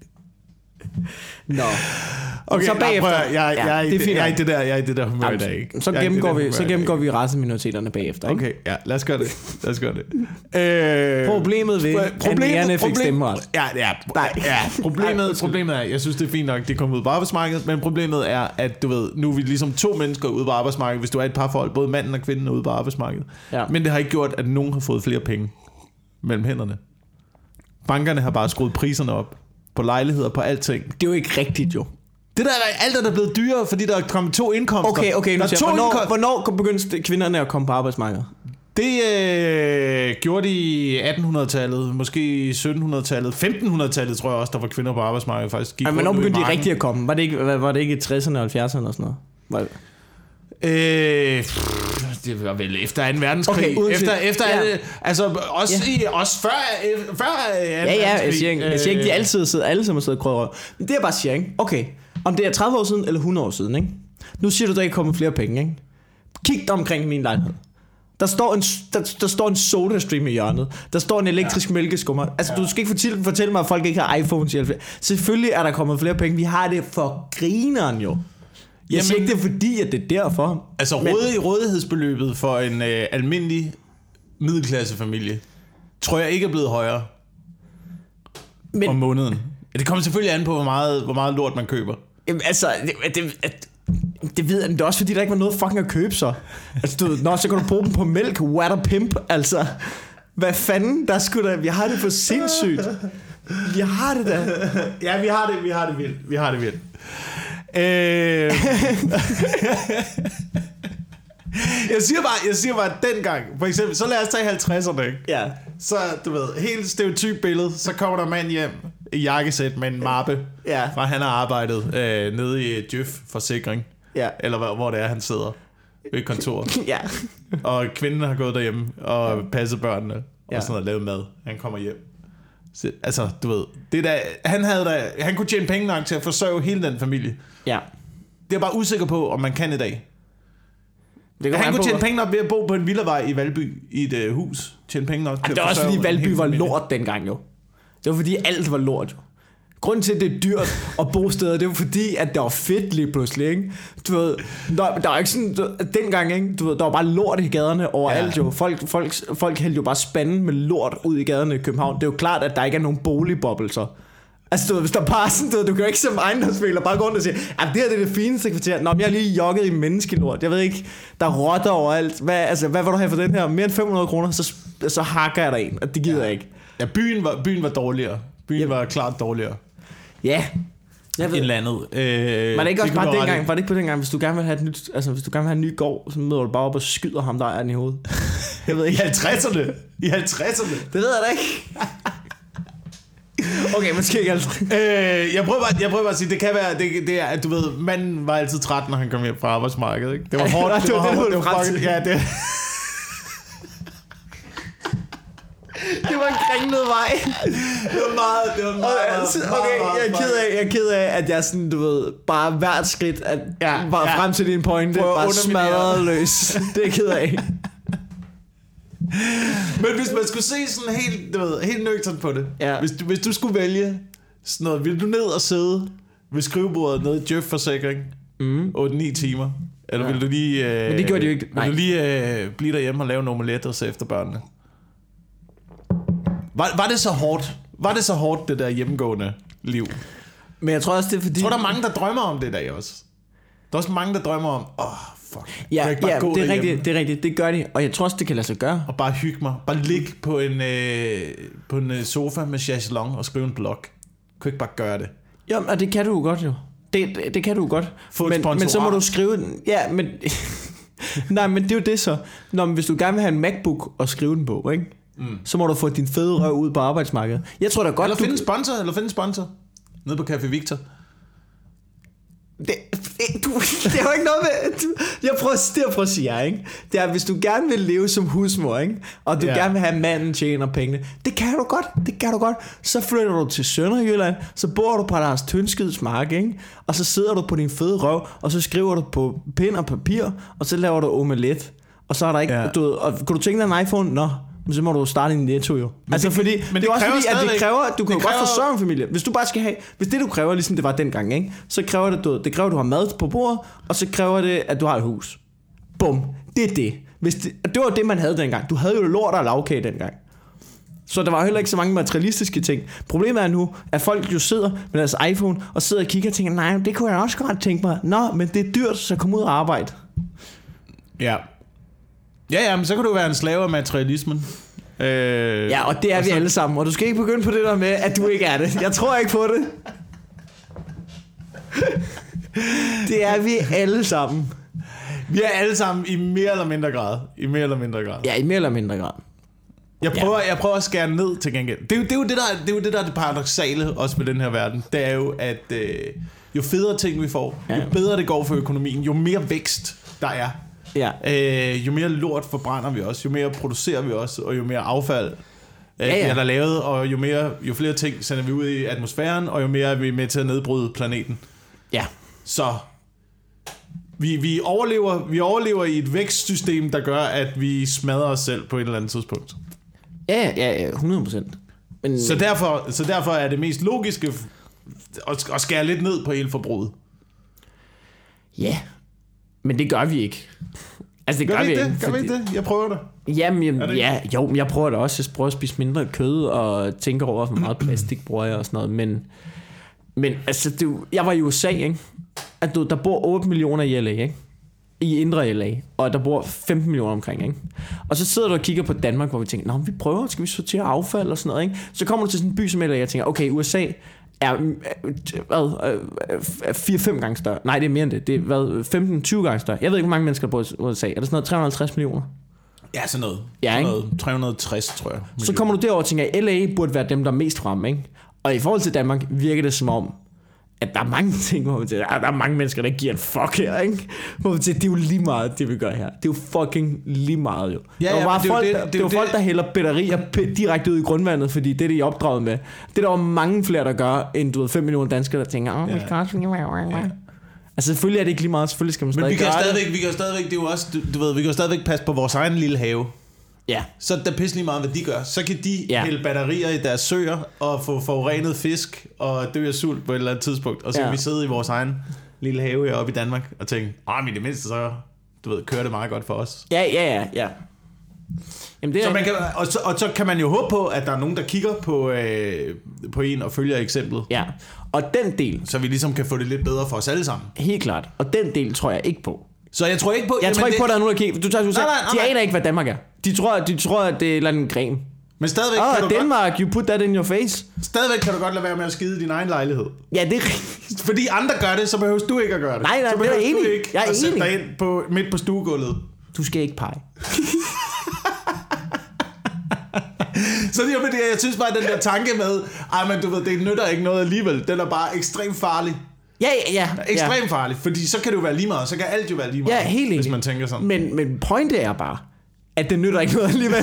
Nå. Okay, så bagefter. Jeg er i det der humør i dag, ikke? Så gennemgår vi raceminoriteterne bagefter, ikke? Okay, ja, lad os gøre det. Problemet ved, at lærerne fik stemmeret. Problemet er, jeg synes det er fint nok, det kommer ud på arbejdsmarkedet, men problemet er, at du ved, nu er vi ligesom 2 mennesker ude på arbejdsmarkedet, hvis du er et par folk, både manden og kvinden er ude på arbejdsmarkedet. Ja. Men det har ikke gjort, at nogen har fået flere penge mellem hænderne. Bankerne har bare skruet priserne op på lejligheder, på alting. Det er jo ikke rigtigt, jo. Det der alt er blevet dyrere, fordi der er kommet 2 indkomster. Okay, nu hvornår begyndte kvinderne at komme på arbejdsmarkedet? Det gjorde de i 1800-tallet, måske 1700-tallet, 1500-tallet tror jeg også, der var kvinder på arbejdsmarkedet faktisk. Men hvornår begyndte de rigtig at komme? Var det ikke i 60'erne og 70'erne og sådan noget? Det var vel efter 2. verdenskrig. Okay, efter altså også før jeg siger ikke de altid alle sammen sidder krødder. Men det er bare siger, ikke? Okay, om det er 30 år siden eller 100 år siden, ikke? Nu siger du, der ikke kommer flere penge, ikke? Kig dig omkring min lejlighed. Der står en SodaStream i hjørnet. Der står en elektrisk mælkeskummer. Altså, du skal ikke fortælle mig, at folk ikke har iPhones. Selvfølgelig er der kommet flere penge. Vi har det for grineren jo. Jeg siger ikke, det er fordi, at det er derfor. Altså, rådighedsbeløbet for en almindelig middelklassefamilie, tror jeg ikke er blevet højere om måneden. Det kommer selvfølgelig an på, hvor meget lort man køber. Jamen, altså, det ved jeg, det er også fordi, der ikke var noget fucking at købe så. Altså, så kan du bruge dem på mælk, what a pimp, altså. Hvad fanden, der skulle da... Vi har det for sindssygt. Vi har det da. Ja, vi har det vildt. Jeg siger bare, at dengang, for eksempel, så lad os tage 50'erne, ikke? Ja. Så, du ved, helt stereotyp billede, så kommer der en mand hjem i jakkesæt med en mappe, fra han har arbejdet nede i Djøf Forsikring, eller hvor det er, han sidder ved et kontor. Ja. Og kvinden har gået derhjemme og passet børnene, og sådan noget, lavet mad. Han kommer hjem. Så, altså, du ved, det der, han kunne tjene penge nok til at forsørge hele den familie. Ja. Det er bare usikker på, om man kan i dag. Han kunne tjene penge nok ved at bo på en villavej i Valby i et hus. Tjene penge nok til det var også fordi Valby var lort dengang jo. Det var fordi alt var lort jo. Grunden til at det er dyrt at bo steder, det var fordi at det var fedt lige pludselig, ikke? Du ved, der var ikke sådan dengang, ikke? Du ved, der var bare lort i gaderne overalt jo. Folk hældte jo bare spanden med lort ud i gaderne i København. Det er jo klart at der ikke er nogen boligbobelser. Altså, du ved, hvis der bare sådan, du kan jo ikke som ejendomsmægler bare gå rundt og sige, at det her det er det fineste kvarter. Nå, men jeg har lige jogget i menneskelort. Jeg ved ikke, der rotter overalt. Hvad vil du have for den her? Mere end 500 kroner, så hakker jeg dig en. Og det gider jeg ikke. Ja, byen var dårligere. Byen var klart dårligere. Ja. End landet. Var det ikke også bare dengang? Var det ikke på dengang, hvis du gerne vil have et nyt, altså hvis du gerne vil have en ny gård, så møder du bare op og skyder ham, der er den i hovedet? Jeg ved ikke. I 50'erne. Det ved jeg da ikke. Okay, måske ikke altid. Jeg prøver bare at sige, det kan være, det er, at du ved, manden var altid træt, når han kom hjem fra arbejdsmarkedet, ikke? Det var hårdt. Det var fucking, ja, det. Det var en kringlet vej. Det var meget. Okay, jeg er ked af, at jeg sådan, du ved, bare hvert skridt, at bare frem til din pointe, bare smadret løs. Det er jeg ked af. Men hvis man skulle se sådan helt, du ved, helt nøgternt på det. Hvis du skulle vælge sådan noget, ville du ned og sidde ved skrivebordet nede i Djøf Forsikring 8-9 timer? Eller ville du lige men det gjorde de jo ikke. Vil du lige blive derhjemme og lave en omelet og se efter børnene? Var det så hårdt? Var det så hårdt, det der hjemmegående liv? Men jeg tror også, det er fordi... Jeg tror, der er mange, der drømmer om det i dag også. Der er også mange, der drømmer om, fuck. Ja, det er rigtigt. Det gør de. Og jeg tror også, det kan lade sig gøre. Og bare hygge mig. Bare ligge på en sofa med chaiselong og skrive en blog. Kunne ikke bare gøre det? Jamen, og det kan du jo godt jo. Det kan du jo godt. Men så må du skrive den. Ja, men... Nej, men det er jo det så. Nå, men hvis du gerne vil have en MacBook og skrive den på, ikke? Så må du få din fede røv ud på arbejdsmarkedet. Jeg tror da godt, eller finde en sponsor. Nede på Café Victor. Det er jo ikke noget med... Jeg prøver at sige jer, ikke? Det er, hvis du gerne vil leve som husmor, ikke? Og du gerne vil have manden tjener pengene. Det kan du godt. Så flytter du til Sønderjylland. Så bor du på deres tyndskidsmark, ikke? Og så sidder du på din fede røv. Og så skriver du på pind og papir. Og så laver du omelet. Og så er der ikke... og kunne du tænke dig en iPhone? Nå, så må du starte en Netto jo. Men altså fordi men det er også fordi at det kræver, du kan jo godt forsørge en familie. Hvis du bare skal have, hvis det du kræver ligesom det var dengang, ikke? Så kræver det kræver du har mad på bordet, og så kræver det at du har et hus. Bum. Det er det. Det var det man havde dengang. Du havde jo lort og lavkage dengang. Så der var heller ikke så mange materialistiske ting. Problemet er nu, at folk jo sidder med deres iPhone og sidder og kigger og tænker, nej, det kunne jeg også godt tænke mig. Nå, men det er dyrt, så kom ud og arbejde. Ja, men så kan du være en slave af materialismen. Ja, og det er vi alle sammen. Og du skal ikke begynde på det der med, at du ikke er det. Jeg tror ikke på det. Det er vi alle sammen. Vi er alle sammen i mere eller mindre grad. Ja, i mere eller mindre grad. Jeg prøver at skære ned til gengæld. Det er jo det der er det paradoksale også med den her verden. Det er jo, at jo federe ting vi får, jo bedre det går for økonomien, jo mere vækst der er. Ja. Jo mere lort forbrænder vi også, jo mere producerer vi også, og jo mere affald er der lavet, og jo flere ting sender vi ud i atmosfæren, og jo mere er vi med til at nedbryde planeten. Ja. Så vi overlever i et vækstsystem, der gør, at vi smadrer os selv på et eller andet tidspunkt. Ja, 100%. Men... Så derfor er det mest logiske at skære lidt ned på hele forbruget. Ja. Men det gør vi ikke. Altså det gør vi ikke. Gør vi ikke det? Jeg prøver det. Jamen, jeg prøver det også. Jeg prøver at spise mindre kød og tænker over, hvor meget plastik bruger jeg og sådan noget. Men altså, jeg var i USA, ikke? At der bor 8 millioner i LA, ikke? i indre LA, og der bor 15 millioner omkring, ikke? Og så sidder du og kigger på Danmark, hvor vi tænker, nå, vi prøver, skal vi sortere affald og sådan noget, ikke? Så kommer du til sådan en by som LA, og jeg tænker, okay, USA er 4-5 gange større. Nej, det er mere end det. Det er 15-20 gange større. Jeg ved ikke, hvor mange mennesker der bor i USA. Er der sådan noget 350 millioner? Ja, sådan noget. Ja, sådan noget 360, tror jeg. Så kommer du derover og tænker, at LA burde være dem, der er mest fremme, ikke? Og i forhold til Danmark virker det som om, at der er mange ting, hvor man siger, der er mange mennesker, der giver en fuck her, ikke? Hvor man siger, det er jo lige meget, det vi gør her. Det er jo fucking lige meget, jo. Ja, det er jo folk, der hælder batterier direkte ud i grundvandet, fordi det er de opdraget med. Det er der jo mange flere, der gør, end 5 millioner danskere, der tænker, vi skal også... Altså selvfølgelig er det ikke lige meget, selvfølgelig skal man stadig vi kan stadigvæk, det er jo også, du ved, vi kan stadigvæk passe på vores egen lille have. Ja. Så der pisse lige meget, hvad de gør. Så kan de hælde batterier i deres søer og få forurenet fisk og dø af sult på et eller andet tidspunkt. Og så kan vi sidde i vores egen lille have heroppe i Danmark og tænke, men i det mindste så, du ved, kører det meget godt for os. Ja. Jamen, det er... og så kan man jo håbe på, at der er nogen, der kigger på en og følger eksemplet. Ja, og den del... Så vi ligesom kan få det lidt bedre for os alle sammen. Helt klart. Og den del tror jeg ikke på. Så jeg tror ikke på... Jeg tror ikke på, at der er nogen, der kigger... Du tager USA. De aner ikke, hvad Danmark er. De tror at det er en eller anden creme. Men stadigvæk kan du Denmark, you put that in your face. Stadigvæk kan du godt lade være med at skide i din egen lejlighed. Ja, det er fordi andre gør det, så behøver du ikke at gøre det. Nej, så det er jeg enig. Jeg er sætte dig ind midt på stuegulvet. Du skal ikke pege. Så det er jo det, jeg synes bare, den der tanke med, men du ved, det nytter ikke noget alligevel. Den er bare ekstremt farlig. Ja. Ekstremt farlig, fordi så kan det jo være lige meget. Så kan alt jo være lige meget, ja, helt hvis man tænker sådan. Men pointet er bare, at det nytter ikke noget alligevel.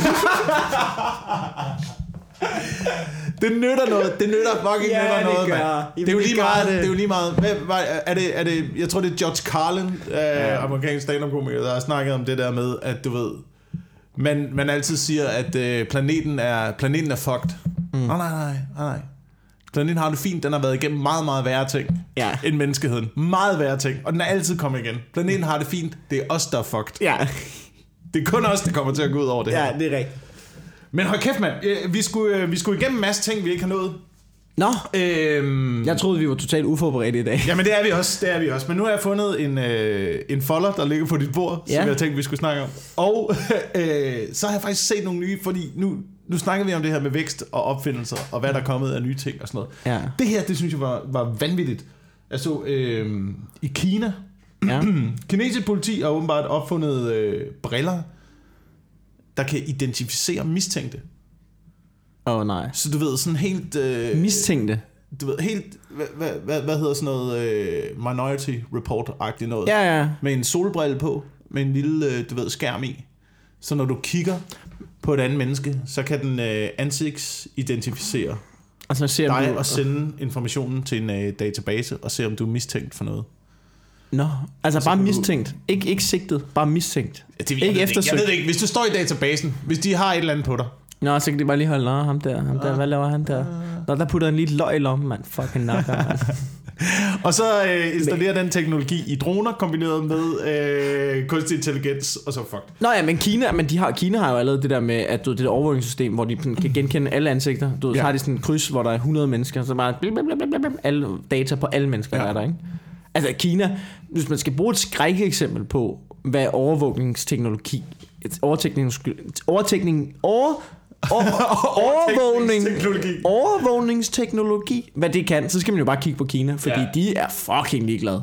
Det nytter noget. Det nytter fucking noget, mand. Det er jo lige meget. Det er jo lige meget. Er det, jeg tror det er George Carlin, amerikansk stand-up-komiker, der har snakket om det der med, at du ved, man altid siger, at planeten er fucked. Nej. Planeten har det fint. Den har været igennem meget, meget værre ting end menneskeheden. Meget værre ting. Og den er altid kommet igen. Planeten har det fint. Det er os, der er fucked. Ja. Det er kun os, der kommer til at gå ud over det her. Ja, det er rigtigt. Men hold kæft, mand. Vi skulle igennem en masse ting, vi ikke har nået. Nå. Jeg troede, vi var totalt uforberedte i dag. Jamen, det er vi også. Men nu har jeg fundet en folder, der ligger på dit bord, som jeg tænkte, vi skulle snakke om. Og så har jeg faktisk set nogle nye, fordi nu snakker vi om det her med vækst og opfindelser, og hvad der er kommet af nye ting og sådan noget. Ja. Det her, det synes jeg var vanvittigt. Altså, i Kina, kinesisk politi har åbenbart opfundet briller, der kan identificere mistænkte. Nej. Så du ved, sådan helt... mistænkte? Du ved, helt... Hvad hedder sådan noget Minority Report-agtigt noget? Ja. Med en solbrille på, med en lille, du ved, skærm i. Så når du kigger på et andet menneske, så kan den ansigtsidentificere dig og sende informationen til en database og se, om du er mistænkt for noget. Nå, altså bare mistænkt. Ikke sigtet, bare mistænkt. Ikke eftersøgt. Jeg ved det ikke. Hvis du står i databasen, hvis de har et eller andet på dig. Nå, så kan de bare lige holde, ham der, hvad laver han der? Nå, der putter en lille løg i lommen, mand. Fucking nakker, mand. Og så installerer den teknologi i droner, kombineret med kunstig intelligens, og så fuck. Nå ja, men Kina har jo allerede det der med, at det der overvågningssystem, hvor de kan genkende alle ansigter. Så har de sådan en kryds, hvor der er 100 mennesker, så bare alle data på alle mennesker, der er der, ikke? Altså Kina, hvis man skal bruge et skrækeksempel på, hvad overvågningsteknologi, overvågningsteknologi, hvad det kan, så skal man jo bare kigge på Kina, fordi de er fucking ligeglade.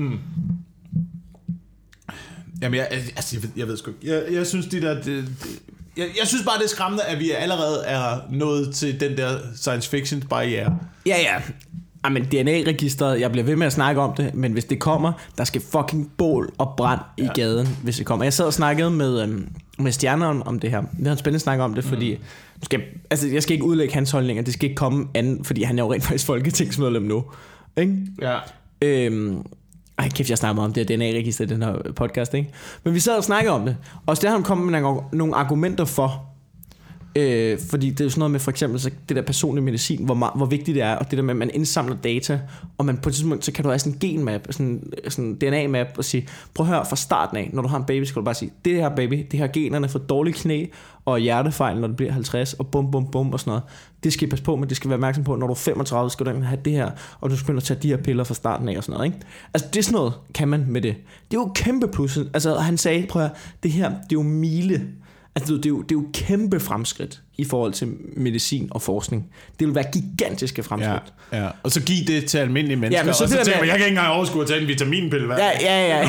Jamen, jeg ved sgu ikke. Jeg synes, jeg synes bare, det er skræmmende, at vi allerede er nået til den der science fiction barriere. Ja. Jamen, DNA-registeret, jeg bliver ved med at snakke om det, men hvis det kommer, der skal fucking bål og brand i gaden, hvis det kommer. Jeg sad og snakkede med Stjerneren om det her. Vi havde en spændende snak om det, fordi jeg skal ikke udlægge hans holdninger, det skal ikke komme anden, fordi han er jo rent faktisk folketingsmedlem nu. Ikke? Ja. Kæft, jeg snakker om det her DNA-register i den her podcast, ikke? Men vi sad og snakkede om det, og Stjerneren kom med nogle argumenter for, Fordi det er jo sådan noget med for eksempel så det der personlige medicin, hvor vigtigt det er, og det der med, at man indsamler data, og man på et tidspunkt, så kan du have sådan en genmap, sådan DNA-map, og sige, prøv at høre fra starten af, når du har en baby, skal du bare sige, det her baby, det her generne for dårlige knæ, og hjertefejl, når det bliver 50, og bum, bum, bum, og sådan noget. Det skal I passe på, men det skal være opmærksom på, når du er 35, skal du have det her, og du skal begynde at tage de her piller fra starten af, og sådan noget, ikke? Altså, det er sådan noget, kan man med det. Det er jo kæmpe plus. Altså, han sagde, prøv at høre, det her, det er jo mile. Altså, det er jo kæmpe fremskridt i forhold til medicin og forskning. Det vil være gigantiske fremskridt. Ja. Og så give det til almindelige mennesker. Ja, og så tænker jeg kan ikke engang overskue at tage en vitaminpille. Ja.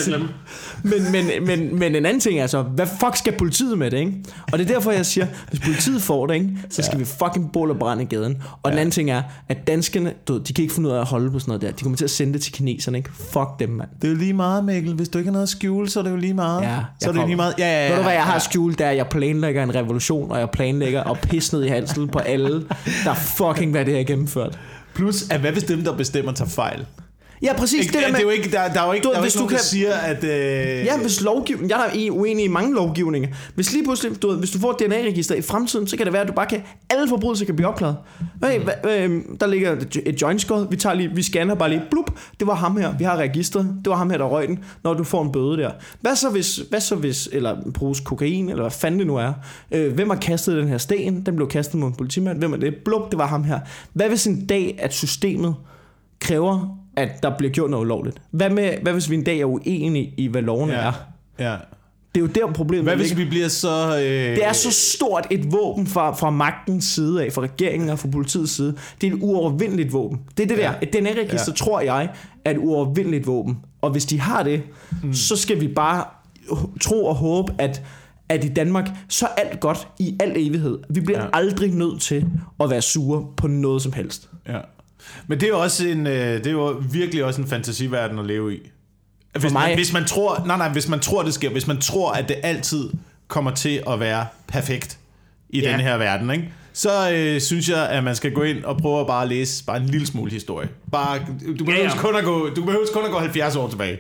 Men en anden ting er så, hvad fuck skal politiet med det, ikke? Og det er derfor, jeg siger, hvis politiet får det, ikke, så skal vi fucking bål og brænde i gaden. Og den anden ting er, at danskerne, de kan ikke finde ud af at holde på sådan noget der. De kommer til at sende det til kineserne, ikke? Fuck dem, mand. Det er jo lige meget, Mikkel. Hvis du ikke har noget at skjule, så er det jo lige meget. Ja, så er det lige meget. Ja. Ved du hvad, jeg har skjult, der jeg planlægger en revolution, og jeg planlægger at pisse ned i halsen på alle, der fucking hvad det her gennemført. Plus, at hvad hvis dem, der bestemmer, tager fejl? Ja, præcis. Det er jo ikke, der er jo ikke nogen, der siger, at... Ja, hvis lovgivning... Jeg er uenig i mange lovgivninger. Hvis lige pludselig, hvis du får et DNA-register i fremtiden, så kan det være, at du bare kan... Alle forbrydelser kan blive opklaret. Der ligger et joint-skod. Vi scanner bare lige. Blup, det var ham her. Vi har registret. Det var ham her, der røg den, når du får en bøde der. Hvad så hvis eller bruges kokain, eller hvad fanden det nu er. Hvem har kastet den her sten? Den blev kastet mod en politimand. Hvem er det? Blup, det var ham her. Hvad hvis en dag, at systemet kræver, at der bliver gjort noget ulovligt? Hvad hvis vi en dag er uenige i, hvad lovene er? Ja. Det er jo der problemet. Hvad hvis vi bliver så... Det er så stort et våben fra magtens side af, fra regeringen og fra politiets side. Det er et uovervindeligt våben. Det er det der. Et DNA-register, tror jeg, er et uovervindeligt våben. Og hvis de har det, så skal vi bare tro og håbe, at i Danmark, så er alt godt i al evighed. Vi bliver aldrig nødt til at være sure på noget som helst. Ja. Men det er jo også det er jo virkelig også en fantasiverden at leve i. Hvis man tror det sker, hvis man tror at det altid kommer til at være perfekt i den her verden, ikke? Så synes jeg at man skal gå ind og prøve at bare læse bare en lille smule historie. Du behøver kun at gå 70 år tilbage.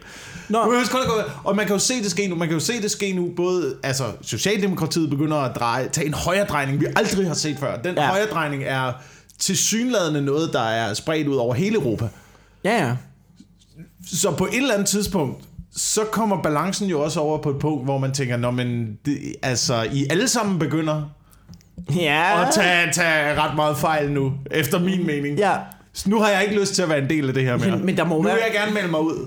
Og man kan jo se det ske nu. Man kan jo se det ske nu. Både altså Socialdemokratiet begynder at tage en højredrejning vi aldrig har set før. Den højredrejning er tilsyneladende noget, der er spredt ud over hele Europa. Ja. Så på et eller andet tidspunkt, så kommer balancen jo også over på et punkt, hvor man tænker, I alle sammen begynder at tage ret meget fejl nu, efter min mening. Ja. Så nu har jeg ikke lyst til at være en del af det her mere. Men der må nu vil jeg gerne melde mig ud.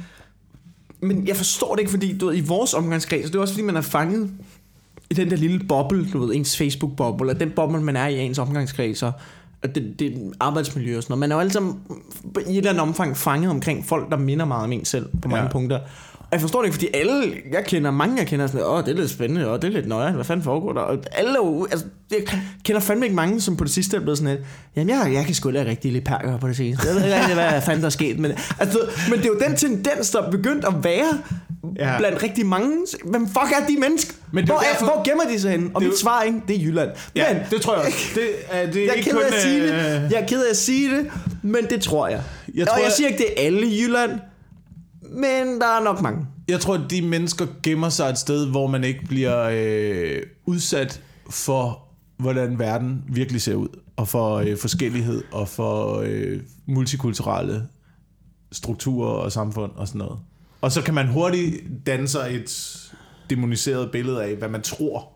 Men jeg forstår det ikke, fordi i vores omgangskreds, det er også fordi, man er fanget i den der lille boble, ens Facebook-boble, og den boble, man er i ens omgangskreds, og det arbejdsmiljø og sådan noget. Man er jo alle sammen i et eller andet omfang fanget omkring folk, der minder meget om en selv på mange punkter. Og jeg forstår det ikke, fordi mange jeg kender sådan, det er lidt spændende, og det er lidt nøje, hvad fanden foregår der? Og alle jeg kender fandme ikke mange, som på det sidste er blevet sådan lidt, jamen jeg kan sgu da rigtig lidt perker på det seneste. Jeg ved ikke rigtig, hvad fanden der er sket. Men det er jo den tendens, der er begyndt at være blandt rigtig mange. Hvem fuck er de mennesker? Hvor gemmer de sig henne? Og mit svar ikke, det er Jylland. Ja, men, det tror jeg også. Jeg er ked af at sige det, men det tror jeg. Jeg siger ikke, det er alle i Jylland, men der er nok mange. Jeg tror, at de mennesker gemmer sig et sted, hvor man ikke bliver udsat for, hvordan verden virkelig ser ud. Og for forskellighed, og for multikulturelle strukturer og samfund og sådan noget. Og så kan man hurtigt danne sig et demoniseret billede af, hvad man tror,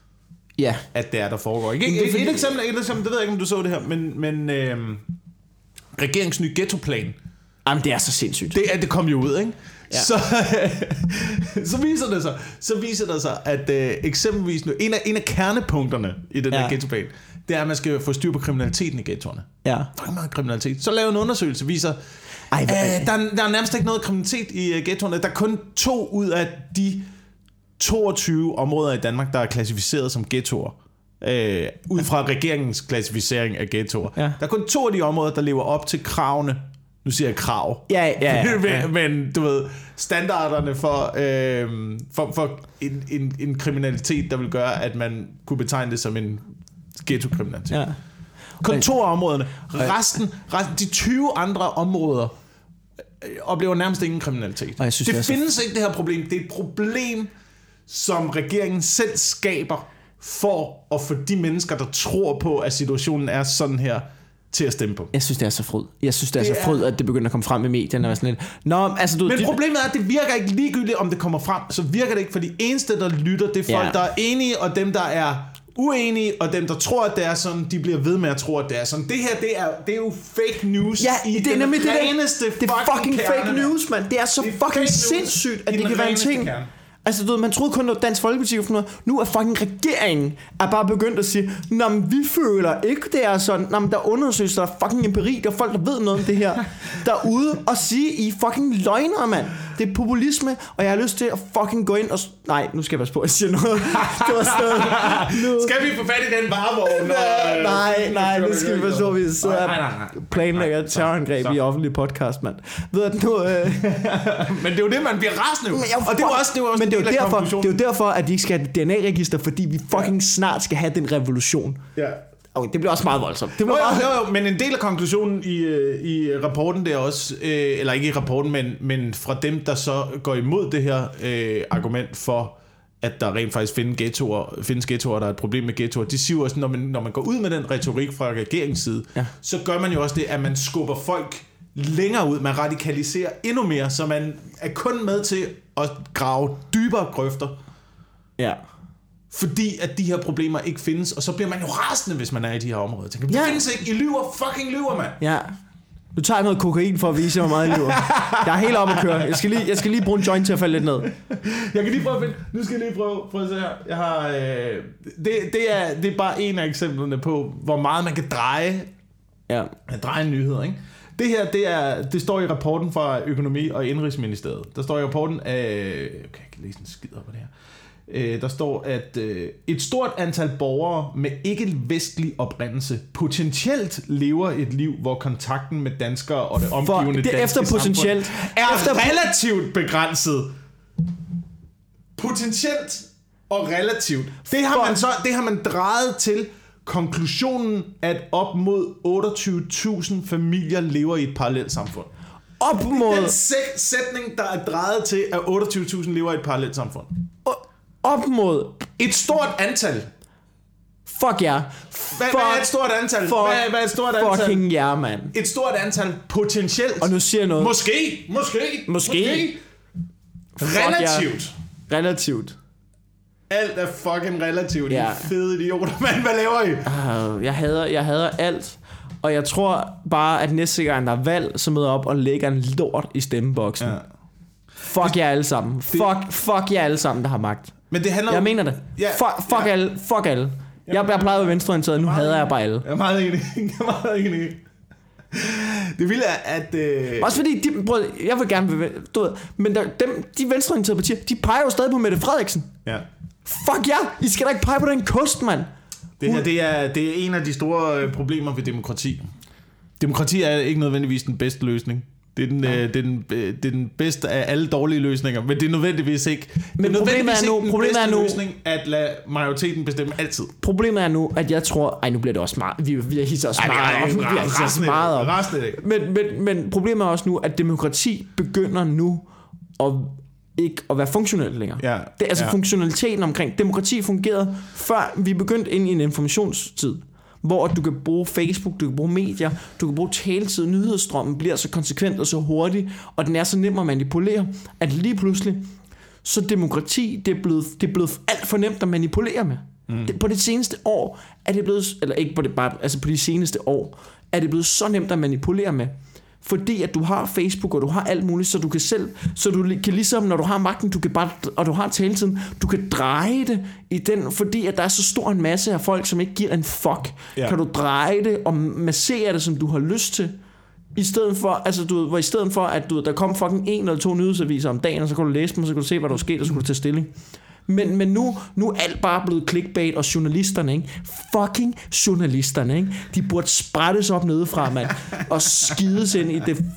at det er, der foregår. Et eksempel, det ved jeg ikke, om du så det her, men regeringens nye ghettoplan. Jamen, det er så sindssygt. Det kom jo ud, ikke? Ja. Så viser det sig, at eksempelvis nu, en af kernepunkterne i den her ghettoplan, det er, at man skal få styr på kriminaliteten i ghettoerne. Ja. Der er meget kriminalitet. Så laver en undersøgelse, viser, der er nærmest ikke noget kriminalitet i ghettoerne. Der er kun 2 ud af de 22 områder i Danmark, der er klassificeret som ghettoer. Ud fra regeringens klassificering af ghettoer. Ja. Der er kun 2 af de områder, der lever op til kravene. Nu siger jeg krav. Ja. Men du ved, standarderne for en kriminalitet, der vil gøre, at man kunne betegne det som en ghetto-kriminalitet. Ja. Kun 2 af områderne. Resten, de 20 andre områder oplever nærmest ingen kriminalitet. Det findes ikke, det her problem. Det er et problem, som regeringen selv skaber, for at få de mennesker, der tror på, at situationen er sådan her, til at stemme på. Jeg synes, det er så fryd. Jeg synes, det er så fryd, at det begynder at komme frem i medierne og sådan lidt. Nå, altså, men problemet er, at det virker ikke ligegyldigt, om det kommer frem. Så virker det ikke, for de eneste, der lytter, det er folk, der er enige, og dem, der er uenige, og dem, der tror, at det er sådan, de bliver ved med at tro, at det er sådan. Det her, det er jo fake news. Ja, det er nemlig det er fucking fake news, mand. Det er så fucking sindssygt, at det kan være en ting. Altså, du ved, man troede kun, at Dansk Folkeparti for noget. Nu er fucking regeringen bare begyndt at sige, nå, men vi føler ikke, det er sådan. Nå, men der er undersøgelser, der er fucking empiri, der er folk, der ved noget om det her, der er ude og sige, I fucking løgner, mand. Det er populisme, og jeg har lyst til at fucking gå ind og... Nej, nu skal jeg passe på, at jeg siger noget. Det var sådan noget. Skal vi få fat i den varevogn? Nej, nu skal vi passe på, at vi sidder og planlægger et terrorangreb i offentlig podcast, mand. Ved du, nu... Men det er jo det, man bliver rasende. Og det var også men det er jo derfor, at de ikke skal have et DNA-register, fordi vi fucking snart skal have den revolution. Ja. Okay, det bliver også meget voldsomt. Jo, men en del af konklusionen i rapporten, det er også, eller ikke i rapporten, men fra dem, der så går imod det her argument for, at der rent faktisk findes ghettoer, der er et problem med ghettoer. De siger også, når man går ud med den retorik fra regeringens side, så gør man jo også det, at man skubber folk længere ud, man radikaliserer endnu mere, så man er kun med til at grave dybere grøfter. Ja. Fordi at de her problemer ikke findes, og så bliver man jo rasende, hvis man er i de her områder. Tænker, det findes ikke, I fucking lyver, mand. Ja. Du tager noget kokain for at vise, hvor meget I lyver. Jeg er helt oppe at køre. Jeg skal lige bruge en joint til at falde lidt ned. Jeg kan lige prøve at finde. Nu skal jeg lige prøve at se her. Jeg har, det er bare en af eksemplerne på, hvor meget man kan dreje en nyhed, ikke? Det her, det står i rapporten fra Økonomi- og Indrigsministeriet. Der står i rapporten, jeg kan ikke læse en skid op på det her. Der står, at et stort antal borgere med ikke-vestlig oprindelse potentielt lever et liv, hvor kontakten med danskere og det omgivende danske samfund er relativt begrænset. Potentielt og relativt. Det har man drejet til konklusionen, at op mod 28.000 familier lever i et parallelt samfund. Op mod... Den sætning, der er drejet til, at 28.000 lever i et parallelt samfund. Op mod... Et stort antal. Fuck ja. Hvad er et stort antal? Hvad er et stort antal? Fucking ja, mand. Et stort antal potentielt. Og nu siger jeg noget. Måske. Relativt. Alt er fucking relativt. Ja. De fede idioter, mand. Hvad laver I? Jeg hader alt. Og jeg tror bare, at næste gang der er valg, så møder op og lægger en lort i stemmeboksen. Ja. Fuck jer alle sammen. Fuck jer alle sammen, der har magt. Men det handler jeg mener det. Ja, fuck alle. Jeg plejer at være venstreorienteret, nu hader jeg bare alle. Jeg er meget enig. Det vilde er, at... Også fordi, jeg vil gerne... men de venstreorienterede partier, de peger jo stadig på Mette Frederiksen. Ja. Fuck ja! I skal da ikke pege på den kost, mand. Det er en af de store problemer ved demokrati. Demokrati er ikke nødvendigvis den bedste løsning. Det er den bedste af alle dårlige løsninger, men det er nødvendigvis ikke. Men problemet er nu løsning at lade majoriteten bestemme altid. Problemet er nu, at jeg tror, nu bliver det også meget. Vi hisser os meget op. Men problemet er også nu, at demokrati begynder nu at ikke at være funktionelt længere. Ja, det er altså funktionaliteten omkring demokrati fungerede før vi begyndte ind i en informationstid, hvor du kan bruge Facebook, du kan bruge medier, du kan bruge taletid, nyhedsstrømmen bliver så konsekvent og så hurtig, og den er så nem at manipulere, at lige pludselig, så demokrati, det er blevet alt for nemt at manipulere med. På det seneste år er det blevet, eller ikke på det bare, altså på de seneste år, er det blevet så nemt at manipulere med. Fordi at du har Facebook, og du har alt muligt, så du kan selv, så du kan ligesom, når du har magten, du kan bare, og du har taletiden, du kan dreje det i den, fordi at der er så stor en masse af folk, som ikke giver en fuck. Yeah. Kan du dreje det og massere det, som du har lyst til, i stedet for, altså i stedet for, at der kom fucking 1 eller 2 nyhedsaviser om dagen, og så kan du læse dem, og så kan du se, hvad der er sket, og så kan du tage stilling. Men nu er alt bare blevet clickbait, og journalisterne, ikke? Fucking journalisterne, ikke? De burde sprettes op nedefra, mand, og skides ind i det. De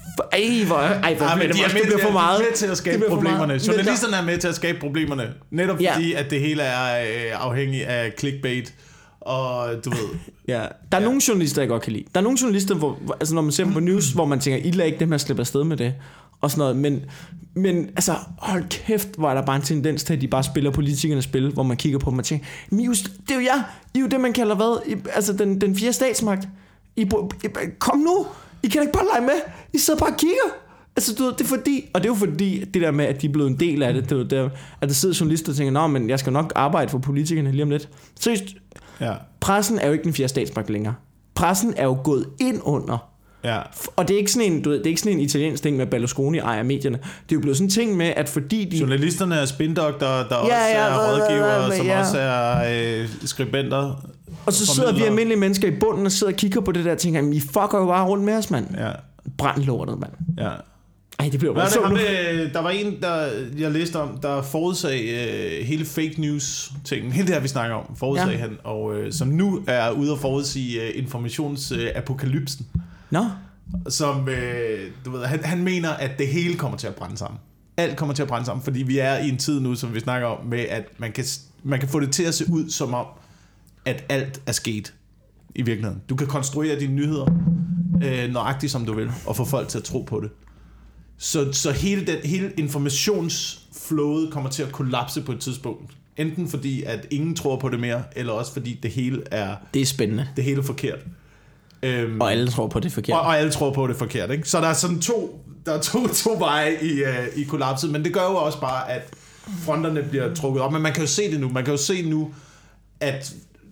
er med til at skabe problemerne. Journalisterne er med til at skabe problemerne, netop fordi, at det hele er afhængigt af clickbait. Og du ved. Ja, der er nogle journalister, jeg godt kan lide. Der er nogle journalister, hvor, altså når man ser på news, hvor man tænker, I lader ikke dem her slippe afsted med det. og sådan noget, men altså, hold kæft, hvor er der bare en tendens til, at de bare spiller politikernes spil, hvor man kigger på dem og tænker, det er jo jer, I er jo det, man kalder hvad? Altså, den fjerde statsmagt. Kom nu, I kan da ikke bare lege med, I sidder bare og kigger. Altså, du ved, det er fordi, og det er jo fordi, det der med, at de er blevet en del af det, der, at der sidder journalister og tænker, nå, men jeg skal nok arbejde for politikerne lige om lidt. Seriøst, pressen er jo ikke den fjerde statsmagt længere. Pressen er jo gået ind under. Ja. Og det er ikke sådan en, det er ikke sådan en italiensk ting med Berlusconi ejer medierne. Det er jo blevet sådan en ting med, at fordi de... Journalisterne er spindoktorer, der også er rådgivere, som også er skribenter. Og så sidder vi almindelige mennesker i bunden og sidder og kigger på det der og tænker, I fucker jo bare rundt med os, mand. Ja. Brænd lortet, mand. Ja. Ej, det bliver bare så nu. Der var en, jeg læste om, der forudsag hele fake news tingen. Hele det her, vi snakker om, forudsag han. Og som nu er ude at forudsige informationsapokalypsen. Nå. Som, du ved, han mener, at det hele kommer til at brænde sammen. Alt kommer til at brænde sammen, fordi vi er i en tid nu, som vi snakker om, med at man kan få det til at se ud som om, at alt er sket i virkeligheden. Du kan konstruere dine nyheder nøjagtigt som du vil, og få folk til at tro på det. Så hele informationsflowet kommer til at kollapse på et tidspunkt. Enten fordi, at ingen tror på det mere, eller også fordi det hele er... Det er spændende. Det hele er forkert. Og alle tror på det forkert. Og alle tror på det forkert, ikke? Så der er sådan to veje i kollapset, men det gør jo også bare, at fronterne bliver trukket op. Men man kan jo se det nu. Man kan jo se nu, at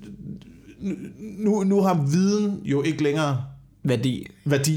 nu har viden jo ikke længere værdi.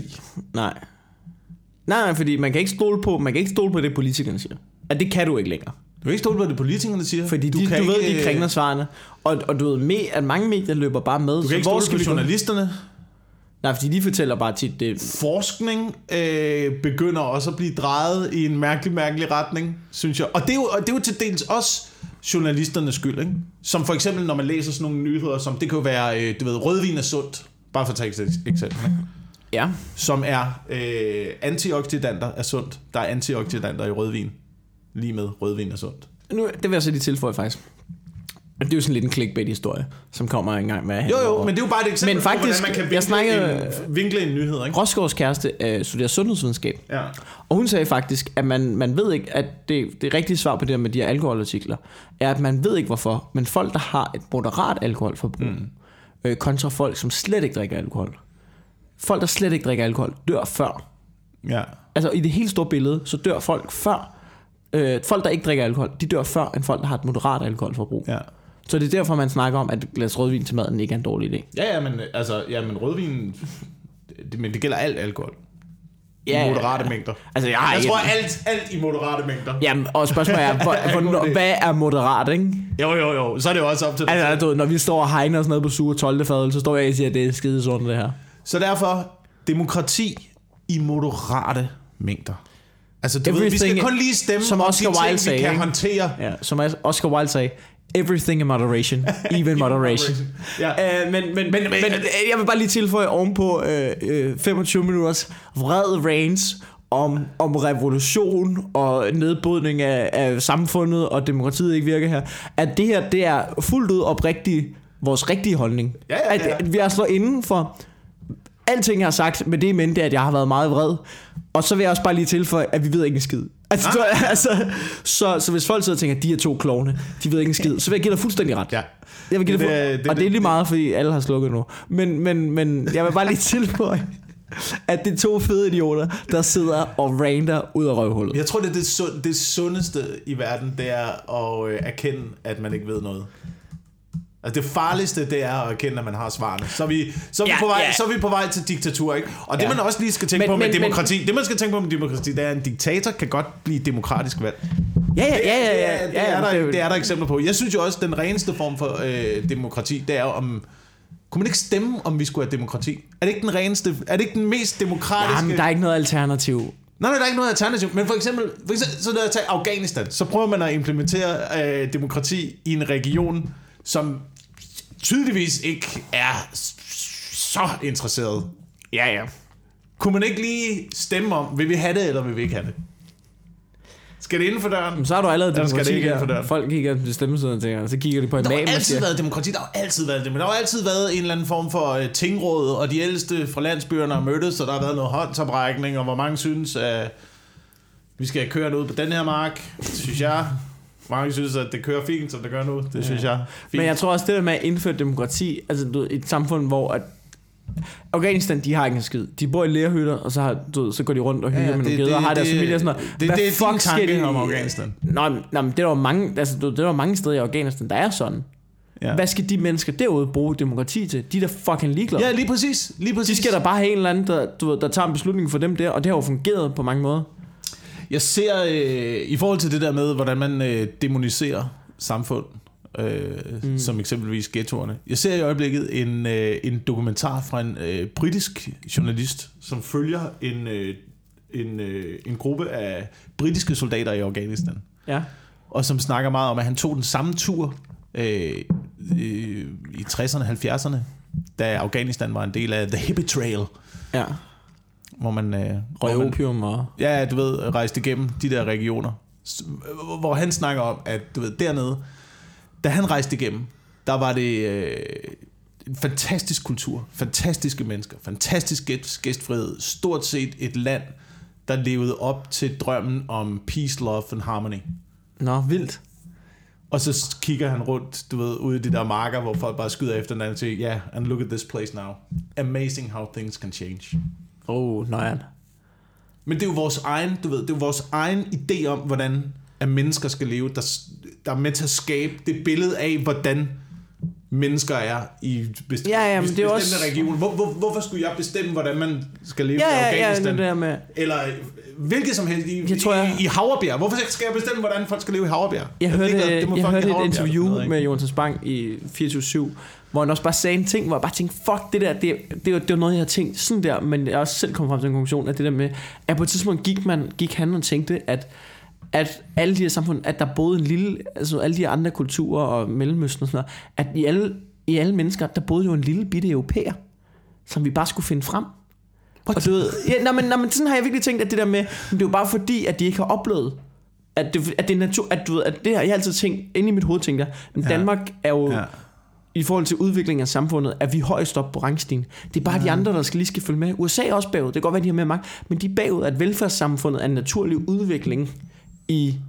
Nej, fordi man kan ikke stole på det, politikerne siger. At det kan du ikke længere. Du kan ikke stole på det, politikerne siger. Fordi du ved, de kringler svarene. Og du ved, at mange medier løber bare med. Du kan ikke stole på journalisterne. Nej, fordi de fortæller bare tit det. Forskning begynder også at blive drejet i en mærkelig retning, synes jeg. Og det er jo til dels også journalisternes skyld, ikke? Som for eksempel, når man læser sådan nogle nyheder, som det kan jo være, du ved, rødvin er sundt. Bare for at tage et eksempel, ikke? Ja. Som er antioxidanter er sundt. Der er antioxidanter i rødvin. Lige med rødvin er sundt. Nu, det vil jeg så lige tilføje faktisk. Det er jo sådan lidt en clickbait-historie, som kommer engang med. Jo, men det er jo bare et eksempel på, hvordan man kan vinkle en nyhed. Ikke? Rosgaards kæreste studerer sundhedsvidenskab. Ja. Og hun sagde faktisk, at man ved ikke, at det rigtige svar på det her med de her alkoholartikler, er, at man ved ikke hvorfor, men folk, der har et moderat alkoholforbrug, kontra folk, som slet ikke drikker alkohol. Folk, der slet ikke drikker alkohol, dør før. Ja. Altså i det helt store billede, så dør folk før. Folk, der ikke drikker alkohol, de dør før, end folk, der har et moderat alkoholforbrug. Ja. Så det er derfor, man snakker om, at et glas rødvin til maden ikke er en dårlig idé. Men rødvin, men det gælder alt alkohol. Ja, i moderate mængder. Altså, jeg tror alt i moderate mængder. Jamen, og spørgsmålet er, hvad er moderat, ikke? Jo, så er det jo også op til dig. Altså, når vi står og hegner og sådan noget på sure 12. fadøl, så står jeg og siger, at det er skide sådan det her. Så derfor, demokrati i moderate mængder. Altså, du ved, vi skal kun lige stemme som om de ting, vi kan håndtere. Ja, som Oscar Wilde sagde, everything in moderation, even moderation. Ja. Men jeg vil bare lige tilføje ovenpå 25 minutters vred rants om revolution og nedbrydning af samfundet og demokratiet ikke virker her, at det her, det er fuldt ud oprigtigt vores rigtige holdning. Ja. At vi har slået inden for alting, jeg har sagt, med det i mente, at jeg har været meget vred. Og så vil jeg også bare lige tilføje, at vi ved ikke en skid. Så hvis folk sidder og tænker, at de er to klovne, de ved ikke en skid, så vil jeg give dig fuldstændig ret. Ja. Jeg vil give dig og det er lige meget, fordi alle har slukket nu. Men jeg vil bare lige tilføje, at det er to fede idioter, der sidder og ranter ud af røvhullet. Jeg tror, det sundeste i verden, det er at erkende, at man ikke ved noget. Altså det farligste, det er at erkende, at man har svarene. Så er vi på vej til diktatur, ikke? Og det man også lige skal tænke på med demokrati, det man skal tænke på med demokrati, det er, at en diktator kan godt blive demokratisk valgt. Det er der eksempler på. Jeg synes jo også, den reneste form for demokrati, det er jo om... Kunne man ikke stemme, om vi skulle have demokrati? Er det ikke den reneste? Er det ikke den mest demokratiske? Jamen, der er ikke noget alternativ. Nej, der er ikke noget alternativ. Men for eksempel så lad os tage Afghanistan. Så prøver man at implementere demokrati i en region, som tydeligvis ikke er så interesseret. Ja. Kunne man ikke lige stemme om, vil vi have det, eller vil vi ikke have det? Skal det inden for døren? Så har du allerede demokrati der. Folk kigger på stemmesiden og tænker, så kigger de på imamen. Der har altid været demokrati. Der har altid været en eller anden form for tingråd, og de ældste fra landsbyerne har mødtes, og der har været noget håndsoprækning, og hvor mange synes, at vi skal køre ud på den her mark, synes jeg. Mange synes, at det kører fint, som det gør nu. Det synes jeg fint. Men jeg tror også, det der med at indføre demokrati, altså et samfund, hvor at Afghanistan, de har ikke en skid. De bor i lerhytter, og så går de rundt og hygger med nogle geder og har deres familie og sådan noget. Det er din tanke om Afghanistan. Nej, men det er der mange steder i Afghanistan, der er sådan. Ja. Hvad skal de mennesker derude bruge demokrati til? De er da fucking ligeglade. Ja, lige præcis. De skal da bare have en eller anden, der tager en beslutning for dem der, og det har jo fungeret på mange måder. Jeg ser, i forhold til det der med, hvordan man demoniserer samfund, som eksempelvis ghettoerne. Jeg ser i øjeblikket en dokumentar fra en britisk journalist, som følger en gruppe af britiske soldater i Afghanistan. Ja. Og som snakker meget om, at han tog den samme tur i 60'erne, 70'erne, da Afghanistan var en del af The Hippie Trail. Ja. Hvor man røg opium og... Ja, du ved, rejste igennem de der regioner. Hvor han snakker om, at du ved, dernede, da han rejste igennem, der var det en fantastisk kultur, fantastiske mennesker, fantastisk gæstfrihed, stort set et land, der levede op til drømmen om peace, love and harmony. Nå, vildt. Og så kigger han rundt, du ved, ude i de der marker, hvor folk bare skyder efter hinanden og siger, yeah, and look at this place now. Amazing how things can change. Nej. Men det er jo vores egen, du ved, det er jo vores egen idé om, hvordan at mennesker skal leve, der er med til at skabe det billede af, hvordan mennesker er i bestemte regioner. Hvorfor skulle jeg bestemme, hvordan man skal leve i Afghanistan? Det med. Eller hvilket som helst i Havrebjerg. Hvorfor skal jeg bestemme, hvordan folk skal leve i Havrebjerg? Jeg hørte et interview med Jonas Bang i 24/7, hvor han også bare sagde en ting, hvor jeg bare tænkte, fuck, det der, det var noget, jeg har tænkt sådan der, men jeg også selv kom frem til en konklusion, at det der med, at på et tidspunkt gik han og tænkte, at alle de her samfund, at der boede en lille, altså alle de andre kulturer og Mellemøsten og sådan noget, at i alle mennesker, der boede jo en lille bitte europæer, som vi bare skulle finde frem. Og du ved, men sådan har jeg virkelig tænkt, at det der med, det er jo bare fordi, at de ikke har oplevet, at det er natur, at du ved, at det har jeg altid tænkt, inde i mit hoved tænkte jeg, men Danmark er jo, i forhold til udviklingen af samfundet, er vi højst op på rangstigen. Det er bare de andre, der lige skal følge med. USA er også bagud, det kan godt være, de har mere magt, men de er bagud, at velfærdssamfundet er en naturlig udvikling i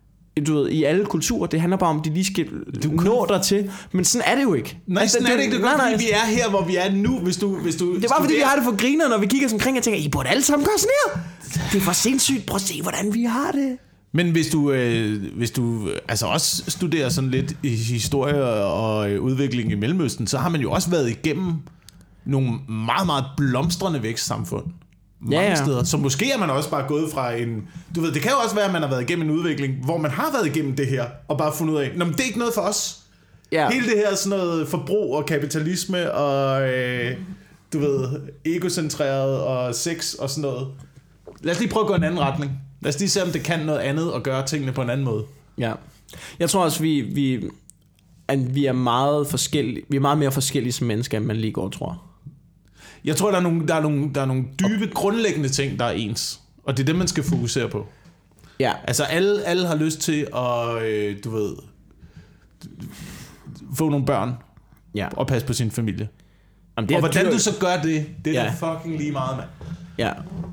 alle kulturer. Det handler bare om, at de lige skal nå der til. Men sådan er det jo ikke. Nej, sådan er det ikke. Det er godt, fordi vi er her, hvor vi er nu. Hvis du det er bare fordi, vi har det for griner, når vi kigger omkring og tænker, I burde alle sammen gøre sådan her. Det er for sindssygt. Prøv at se, hvordan vi har det. Men hvis du altså også studerer sådan lidt i historie og udvikling i Mellemøsten, så har man jo også været igennem nogle meget, meget blomstrende vækstsamfund. Mange steder. Så måske er man også bare gået fra en... Du ved, det kan jo også være, at man har været igennem en udvikling, hvor man har været igennem det her, og bare fundet ud af, men det er ikke noget for os. Yeah. Hele det her sådan noget forbrug og kapitalisme, og du ved, egocentreret og sex og sådan noget. Lad os lige prøve at gå en anden retning. Lad os lige se, om det kan noget andet og gøre tingene på en anden måde. Ja. Jeg tror også, vi er meget forskellige. Vi er meget mere forskellige som mennesker, end man lige går tror. Jeg tror, der er nogle dybe, grundlæggende ting, der er ens. Og det er det, man skal fokusere på. Ja. Altså, alle har lyst til at, du ved, få nogle børn. Ja. Og passe på sin familie. Jamen, og hvordan du så gør det er fucking lige meget, mand. Ja.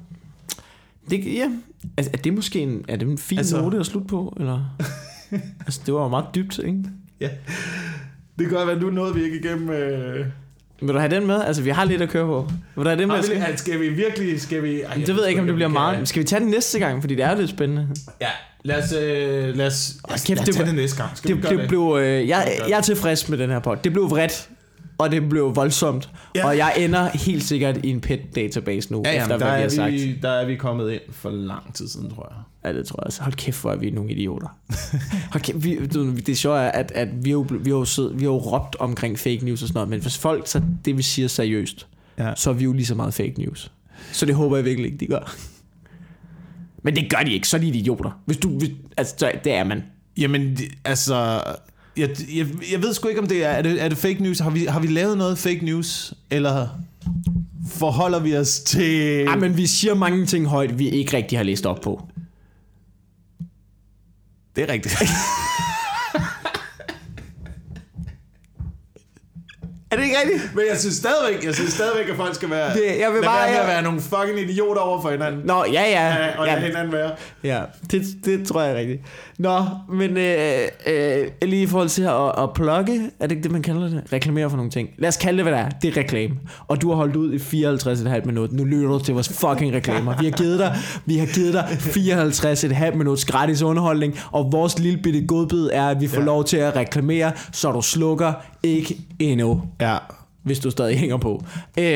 Altså, er det måske en fin note at slutte på? Eller? Altså, det var jo meget dybt, ikke? Ja. Det kan godt være, nu nåede vi ikke igennem... Vil du have den med? Altså, vi har lidt at køre på. Vil du have den med? Skal vi virkelig... Det ved jeg ikke, om det bliver meget. Skal vi tage den næste gang? Fordi det er lidt spændende. Ja, lad os tage det næste gang. Jeg er tilfreds med den her pod. Det blev vredt, og det blev voldsomt. Ja. Og jeg ender helt sikkert i en pet-database nu, efter hvad vi har sagt. Der er vi kommet ind for lang tid siden, tror jeg. Ja, det tror jeg også. Hold kæft, hvor er vi nogle idioter. Det sjove er, at vi har jo råbt omkring fake news og sådan noget, men hvis folk så det, vi siger seriøst, så er vi jo lige så meget fake news. Så det håber jeg virkelig ikke, de gør. Men det gør de ikke, så er de idioter. Altså, det er man. Jamen, altså... Jeg ved sgu ikke, om det er det fake news. Har vi lavet noget fake news? Eller forholder vi os til... Ja, men vi siger mange ting højt, vi ikke rigtig har læst op på. Det er rigtigt. Er det ikke ikke rigtigt? Men jeg synes stadigvæk, at folk skal være... Jeg vil bare være nogle fucking idioter over for hinanden. Nå, ja. Og lade hinanden være. Ja, det tror jeg er rigtigt. Nå, men lige i forhold til at plugge, er det ikke det, man kalder det? Reklamere for nogle ting. Lad os kalde det, hvad det er. Det er reklame. Og du har holdt ud i 54,5 minutter. Nu lytter du til vores fucking reklamer. Vi har givet dig 54,5 minutters gratis underholdning, og vores lille bitte godbid er, at vi får lov til at reklamere, så du slukker ikke endnu. Ja. Hvis du stadig hænger på.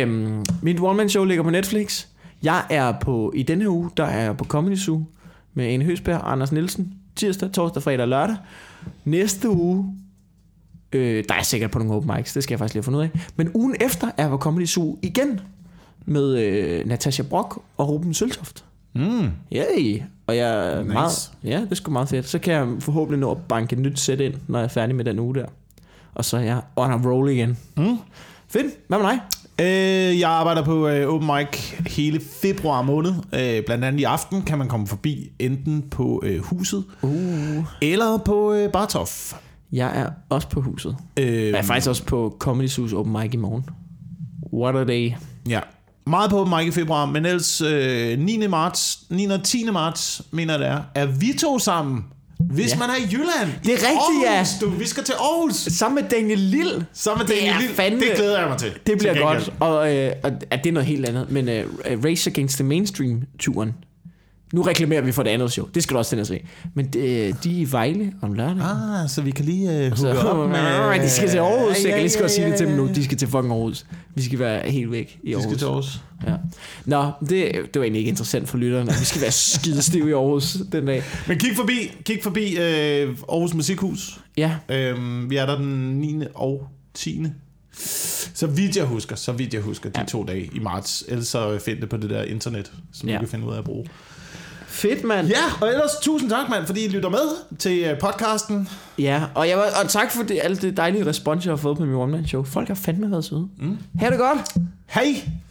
Mit one-man-show ligger på Netflix. Jeg er i denne uge, der er jeg på Comedy Zoo med Ane Høsberg og Anders Nielsen. Tirsdag, torsdag, fredag og lørdag. Næste uge, der er sikkert på nogle open mics, det skal jeg faktisk lige have fundet ud af. Men ugen efter er jeg på Comedy Zoo igen med Natasha Brock og Ruben Søltoft. Yay. Og jeg er meget, ja, det er sgu meget fedt. Så kan jeg forhåbentlig nå at banke et nyt sæt ind, når jeg er færdig med den uge der. Og så er jeg on a roll igen. Fedt. Hvad med dig? Jeg arbejder på open mic hele februar måned. Blandt andet i aften kan man komme forbi enten på Huset eller på Bartof. Jeg er også på Huset. Jeg er faktisk også på Comedy Zoo's open mic i morgen. What a day. Ja. Meget på open mic i februar, men ellers 9. og 10. marts, mener jeg det er vi to sammen. Hvis man er i Jylland. Det er rigtigt, Aarhus, vi skal til Aarhus. Sammen med Daniel Lille. Det glæder jeg mig til. Det bliver godt. Og det er noget helt andet. Men Race Against the Mainstream-turen. Nu reklamerer vi for det andet show. Det skal du også tænde at se. Men de er i Vejle om lørdag. Så vi kan lige hugge op med... De skal til Aarhus. Jeg kan lige skal sige det til dem nu. De skal til fucking Aarhus. Vi skal være helt væk i Aarhus. De skal til Aarhus. Ja. Nå, det var egentlig ikke interessant for lytterne. Vi skal være skidestive i Aarhus den dag. Men kig forbi Aarhus Musikhus. Ja. Vi er der den 9. og 10. Så vidt jeg husker de 2 dage i marts. Ellers så find det på det der internet, som du kan finde ud af at bruge. Fedt, mand. Ja, og ellers tusind tak, mand, fordi I lytter med til podcasten. Ja, og tak for alt det dejlige respons, jeg har fået på min one-man-show. Folk har fandme været søde. Ha' det godt. Hej.